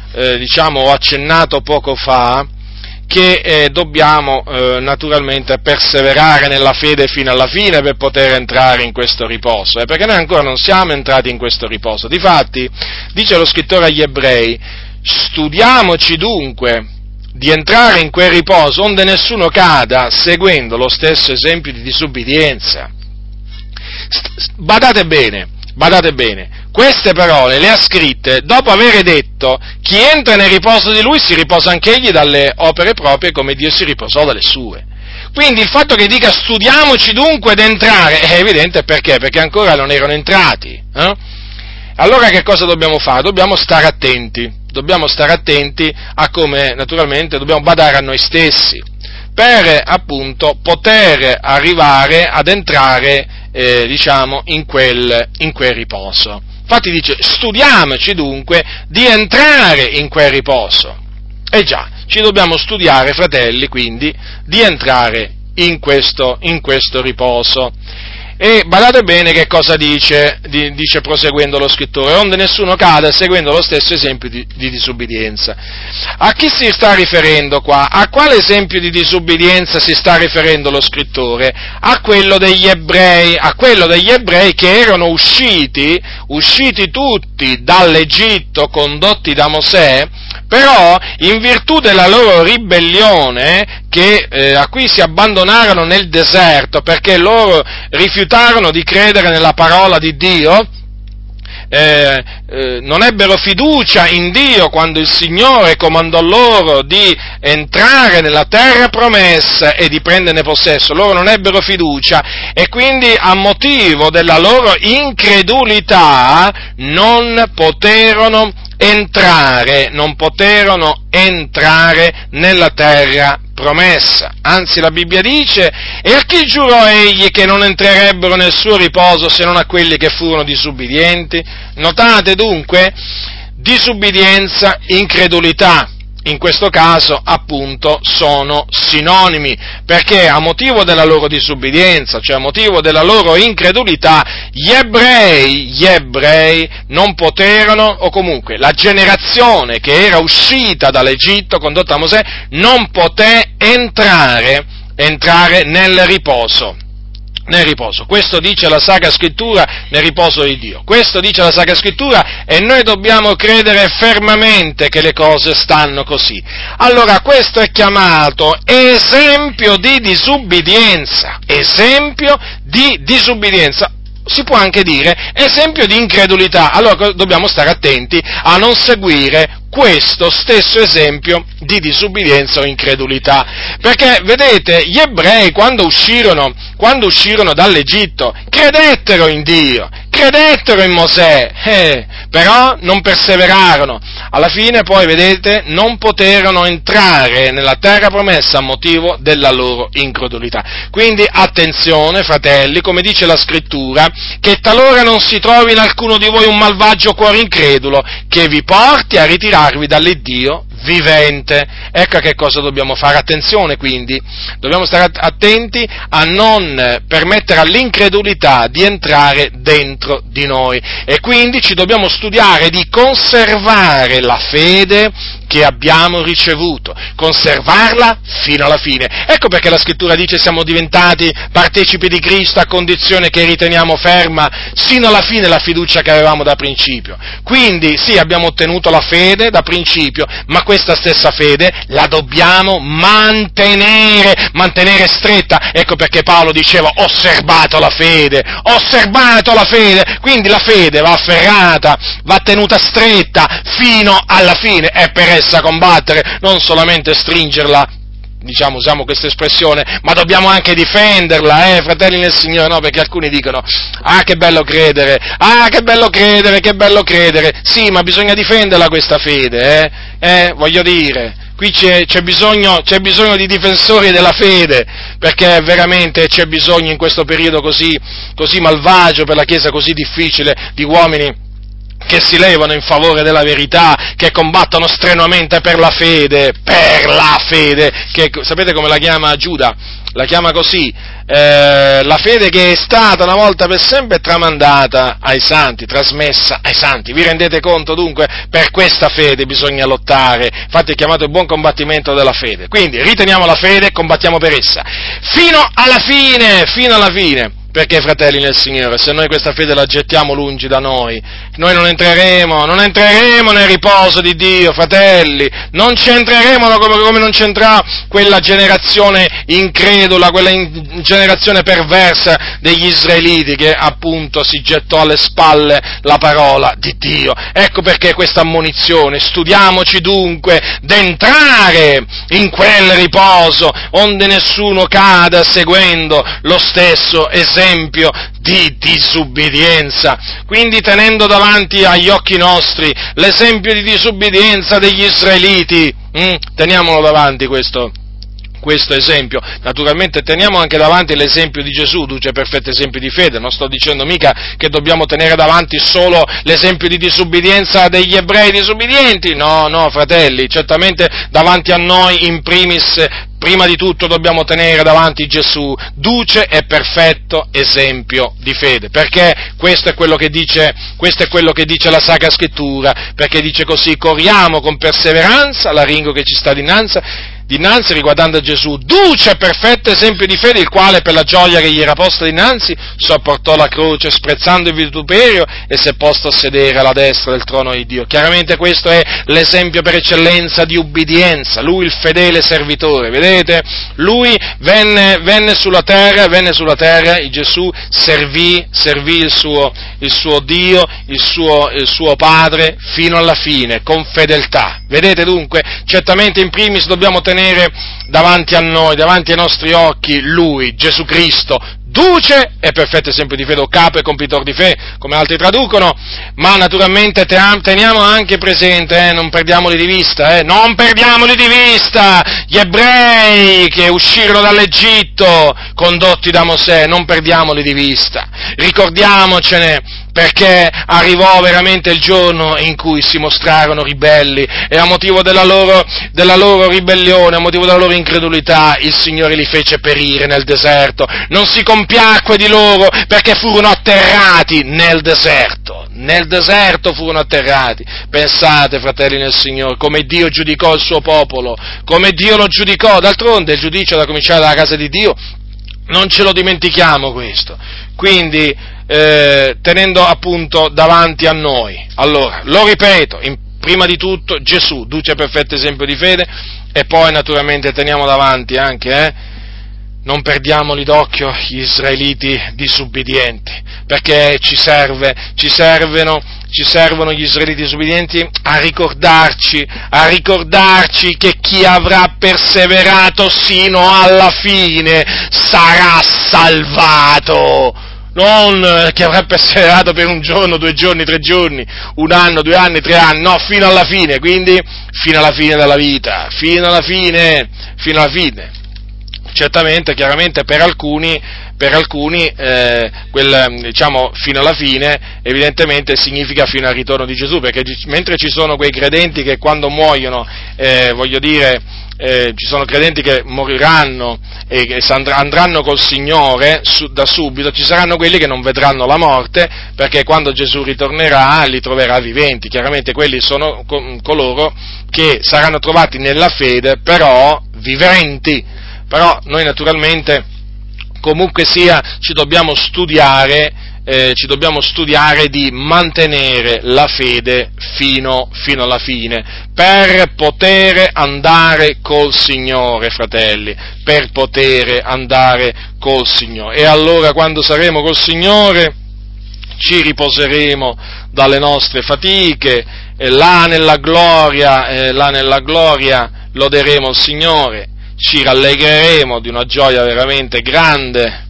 eh, diciamo, ho accennato poco fa, che eh, dobbiamo eh, naturalmente perseverare nella fede fino alla fine per poter entrare in questo riposo, eh, perché noi ancora non siamo entrati in questo riposo. Difatti, dice lo scrittore agli Ebrei, studiamoci dunque di entrare in quel riposo onde nessuno cada seguendo lo stesso esempio di disubbidienza. Badate bene, badate bene, queste parole le ha scritte dopo aver detto: chi entra nel riposo di lui si riposa anch'egli dalle opere proprie come Dio si riposò dalle sue. Quindi il fatto che dica studiamoci dunque ad entrare è evidente perché, perché ancora non erano entrati. Eh? Allora che cosa dobbiamo fare? Dobbiamo stare attenti, dobbiamo stare attenti a come, naturalmente, dobbiamo badare a noi stessi, per appunto poter arrivare ad entrare, eh, diciamo, in quel, in quel riposo. Infatti dice, studiamoci dunque di entrare in quel riposo. E già, ci dobbiamo studiare, fratelli, quindi, di entrare in questo, in questo riposo. E badate bene che cosa dice, dice proseguendo lo scrittore, onde nessuno cada seguendo lo stesso esempio di, di disubbidienza. A chi si sta riferendo qua? A quale esempio di disubbidienza si sta riferendo lo scrittore? A quello degli ebrei, a quello degli ebrei che erano usciti, usciti tutti dall'Egitto, condotti da Mosè, però in virtù della loro ribellione, che, eh, a cui si abbandonarono nel deserto, perché loro rifiutarono di credere nella parola di Dio, eh, eh, non ebbero fiducia in Dio quando il Signore comandò loro di entrare nella terra promessa e di prenderne possesso, loro non ebbero fiducia e quindi a motivo della loro incredulità non poterono entrare, non poterono entrare nella terra promessa. Anzi, la Bibbia dice, e a chi giurò egli che non entrerebbero nel suo riposo se non a quelli che furono disubbidienti? Notate dunque, disubbidienza, incredulità. In questo caso, appunto, sono sinonimi, perché a motivo della loro disubbidienza, cioè a motivo della loro incredulità, gli ebrei, gli ebrei non poterono, o comunque la generazione che era uscita dall'Egitto, condotta da Mosè, non poté entrare, entrare nel riposo. Nel riposo. Questo dice la Sacra Scrittura nel riposo di Dio. Questo dice la Sacra Scrittura e noi dobbiamo credere fermamente che le cose stanno così. Allora, questo è chiamato esempio di disubbidienza. Esempio di disubbidienza. Si può anche dire esempio di incredulità. Allora dobbiamo stare attenti a non seguire questo stesso esempio di disubbidienza o incredulità, perché vedete, gli ebrei quando uscirono, quando uscirono dall'Egitto credettero in Dio, credettero in Mosè, eh, però non perseverarono, alla fine poi vedete non poterono entrare nella terra promessa a motivo della loro incredulità. Quindi attenzione, fratelli, come dice la Scrittura, che talora non si trovi in alcuno di voi un malvagio cuore incredulo che vi porti a ritirare dall'Iddio vivente. Ecco a che cosa dobbiamo fare attenzione, quindi dobbiamo stare attenti a non permettere all'incredulità di entrare dentro di noi e quindi ci dobbiamo studiare di conservare la fede che abbiamo ricevuto, conservarla fino alla fine. Ecco perché la Scrittura dice siamo diventati partecipi di Cristo a condizione che riteniamo ferma sino alla fine la fiducia che avevamo da principio. Quindi sì, abbiamo ottenuto la fede da principio, ma questa stessa fede la dobbiamo mantenere, mantenere stretta. Ecco perché Paolo diceva ho osservato la fede, ho osservato la fede, quindi la fede va afferrata, va tenuta stretta fino alla fine, è per essa combattere, non solamente stringerla, diciamo, usiamo questa espressione, ma dobbiamo anche difenderla, eh, fratelli nel Signore, no, perché alcuni dicono, ah, che bello credere, ah, che bello credere, che bello credere, sì, ma bisogna difenderla questa fede, eh, eh, voglio dire, qui c'è, c'è bisogno, c'è bisogno di difensori della fede, perché veramente c'è bisogno in questo periodo così, così malvagio, per la Chiesa così difficile, di uomini che si levano in favore della verità, che combattono strenuamente per la fede, per la fede, che sapete come la chiama Giuda? La chiama così, eh, la fede che è stata una volta per sempre tramandata ai santi, trasmessa ai santi. Vi rendete conto dunque? Per questa fede bisogna lottare, infatti è chiamato il buon combattimento della fede. Quindi riteniamo la fede e combattiamo per essa, fino alla fine, fino alla fine. Perché, fratelli nel Signore, se noi questa fede la gettiamo lungi da noi, noi non entreremo, non entreremo nel riposo di Dio, fratelli, non ci entreremo come, come non c'entrà quella generazione incredula, quella in, generazione perversa degli israeliti che appunto si gettò alle spalle la parola di Dio. Ecco perché questa ammonizione, studiamoci dunque d'entrare in quel riposo, onde nessuno cada seguendo lo stesso esempio esempio di disubbidienza. Quindi tenendo davanti agli occhi nostri l'esempio di disubbidienza degli israeliti, hm, teniamolo davanti questo, questo esempio. Naturalmente teniamo anche davanti l'esempio di Gesù, duce perfetto esempio di fede. Non sto dicendo mica che dobbiamo tenere davanti solo l'esempio di disubbidienza degli ebrei disubbidienti, no, no, fratelli, certamente davanti a noi in primis, prima di tutto dobbiamo tenere davanti Gesù, duce e perfetto esempio di fede, perché questo è quello che dice, questo è quello che dice la Sacra Scrittura, perché dice così: corriamo con perseveranza l'aringo che ci sta dinanzi, dinanzi riguardando a Gesù, duce e perfetto esempio di fede, il quale per la gioia che gli era posta dinanzi sopportò la croce, sprezzando il vituperio, e si è posto a sedere alla destra del trono di Dio. Chiaramente questo è l'esempio per eccellenza di ubbidienza, lui il fedele servitore, vedete? Lui venne, venne sulla terra, venne sulla terra, e Gesù servì, servì il suo, il suo Dio, il suo, il suo Padre, fino alla fine, con fedeltà. Vedete dunque, certamente in primis dobbiamo tenere davanti a noi, davanti ai nostri occhi, Lui, Gesù Cristo, duce e perfetto esempio di fede, o capo e compitor di fede, come altri traducono, ma naturalmente teniamo anche presente, eh, non perdiamoli di vista, eh, non perdiamoli di vista, gli ebrei che uscirono dall'Egitto, condotti da Mosè, non perdiamoli di vista, ricordiamocene, perché arrivò veramente il giorno in cui si mostrarono ribelli, e a motivo della loro, della loro ribellione, a motivo della loro incredulità, il Signore li fece perire nel deserto, non si compiacque di loro, perché furono atterrati nel deserto, nel deserto furono atterrati. Pensate, fratelli nel Signore, come Dio giudicò il suo popolo, come Dio lo giudicò, d'altronde il giudizio da cominciare dalla casa di Dio, non ce lo dimentichiamo questo, quindi eh, tenendo appunto davanti a noi, allora, lo ripeto, in, prima di tutto Gesù, duce perfetto esempio di fede, e poi naturalmente teniamo davanti anche, eh, non perdiamoli d'occhio gli israeliti disubbidienti, perché ci serve, ci servono, ci servono gli israeliti disubbidienti a ricordarci, a ricordarci che chi avrà perseverato sino alla fine sarà salvato. Non che avrà perseverato per un giorno, due giorni, tre giorni, un anno, due anni, tre anni, no, fino alla fine, quindi fino alla fine della vita, fino alla fine, fino alla fine. Certamente, chiaramente per alcuni, per alcuni eh, quel, diciamo, fino alla fine, evidentemente significa fino al ritorno di Gesù, perché mentre ci sono quei credenti che quando muoiono, eh, voglio dire, eh, ci sono credenti che moriranno e che andranno col Signore su, da subito, ci saranno quelli che non vedranno la morte, perché quando Gesù ritornerà li troverà viventi. Chiaramente quelli sono coloro che saranno trovati nella fede, però viventi. Però noi naturalmente, comunque sia, ci dobbiamo studiare, eh, ci dobbiamo studiare di mantenere la fede fino, fino alla fine, per poter andare col Signore, fratelli, per poter andare col Signore. E allora, quando saremo col Signore, ci riposeremo dalle nostre fatiche, e là nella gloria, eh, là nella gloria loderemo il Signore, ci rallegreremo di una gioia veramente grande.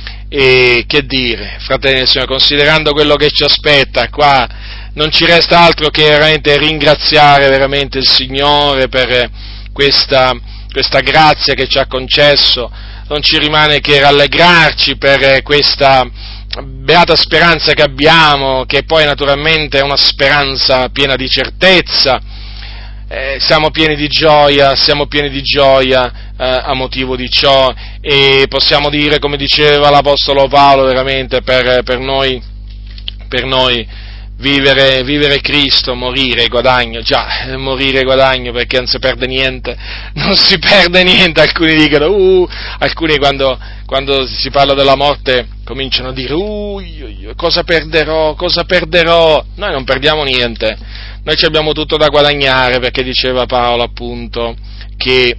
E che dire, fratelli del Signore, considerando quello che ci aspetta qua, non ci resta altro che veramente ringraziare veramente il Signore per questa, questa grazia che ci ha concesso. Non ci rimane che rallegrarci per questa, beata speranza che abbiamo, che poi naturalmente è una speranza piena di certezza. Eh, siamo pieni di gioia, siamo pieni di gioia eh, a motivo di ciò, e possiamo dire, come diceva l'Apostolo Paolo, veramente per, per noi, per noi vivere, vivere Cristo, morire guadagno, già, eh, morire guadagno, perché non si perde niente, non si perde niente. Alcuni dicono, uh, alcuni quando, quando si parla della morte cominciano a dire, uh, io, io, cosa perderò, cosa perderò? Noi non perdiamo niente. Noi ci abbiamo tutto da guadagnare, perché diceva Paolo appunto che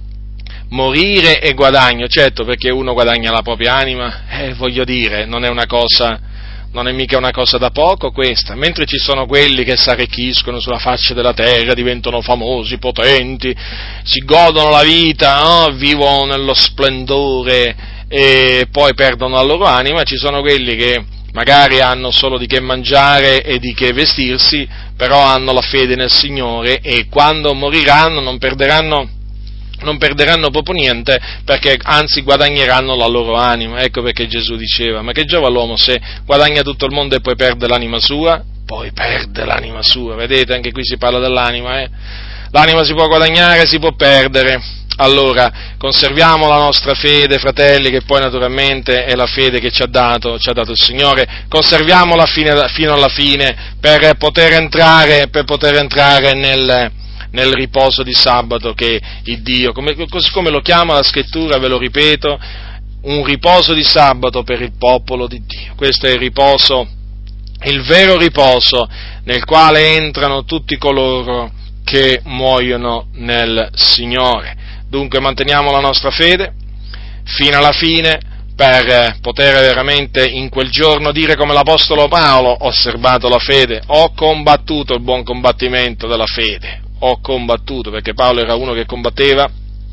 morire è guadagno, certo, perché uno guadagna la propria anima, eh, voglio dire, non è una cosa, non è mica una cosa da poco questa, mentre ci sono quelli che s'arricchiscono sulla faccia della terra, diventano famosi, potenti, si godono la vita, no? Vivono nello splendore e poi perdono la loro anima. Ci sono quelli che magari hanno solo di che mangiare e di che vestirsi, però hanno la fede nel Signore, e quando moriranno non perderanno, non perderanno proprio niente, perché anzi guadagneranno la loro anima. Ecco perché Gesù diceva, ma che giova l'uomo se guadagna tutto il mondo e poi perde l'anima sua? Poi perde l'anima sua, vedete, anche qui si parla dell'anima, eh? L'anima si può guadagnare, si può perdere. Allora, conserviamo la nostra fede, fratelli, che poi naturalmente è la fede che ci ha dato, ci ha dato il Signore, conserviamola fino, fino alla fine, per poter entrare, per poter entrare nel, nel riposo di sabato che il Dio, come, così come lo chiama la Scrittura, ve lo ripeto, un riposo di sabato per il popolo di Dio. Questo è il riposo, il vero riposo nel quale entrano tutti coloro che muoiono nel Signore. Dunque manteniamo la nostra fede fino alla fine, per poter veramente in quel giorno dire come l'Apostolo Paolo: ho osservato la fede, ho combattuto il buon combattimento della fede, ho combattuto, perché Paolo era uno che combatteva,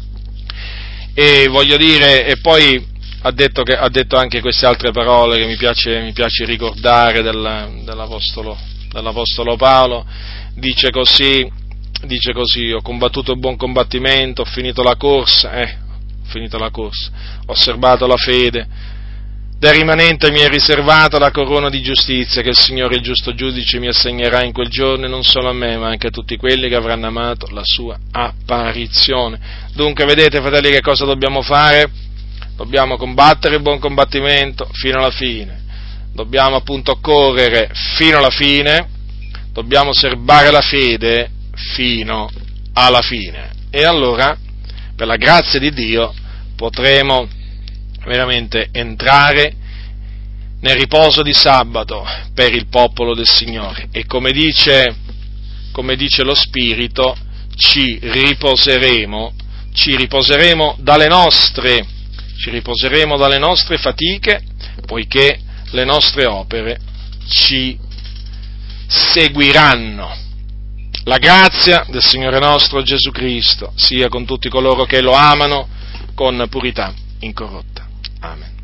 e voglio dire, e poi ha detto, che, ha detto anche queste altre parole che mi piace, mi piace ricordare del, dell'Apostolo, dell'Apostolo Paolo. Dice così, dice così, ho combattuto il buon combattimento, ho finito la corsa, eh, ho finito la corsa, ho osservato la fede, del rimanente mi è riservata la corona di giustizia che il Signore, il giusto giudice, mi assegnerà in quel giorno, e non solo a me, ma anche a tutti quelli che avranno amato la sua apparizione. Dunque, vedete, fratelli, che cosa dobbiamo fare? Dobbiamo combattere il buon combattimento fino alla fine, dobbiamo appunto correre fino alla fine, dobbiamo serbare la fede fino alla fine, e allora, per la grazia di Dio, potremo veramente entrare nel riposo di sabato per il popolo del Signore, e come dice, come dice lo Spirito, ci riposeremo, ci riposeremo dalle nostre, ci riposeremo dalle nostre fatiche, poiché le nostre opere ci seguiranno. La grazia del Signore nostro Gesù Cristo sia con tutti coloro che lo amano con purità incorrotta. Amen.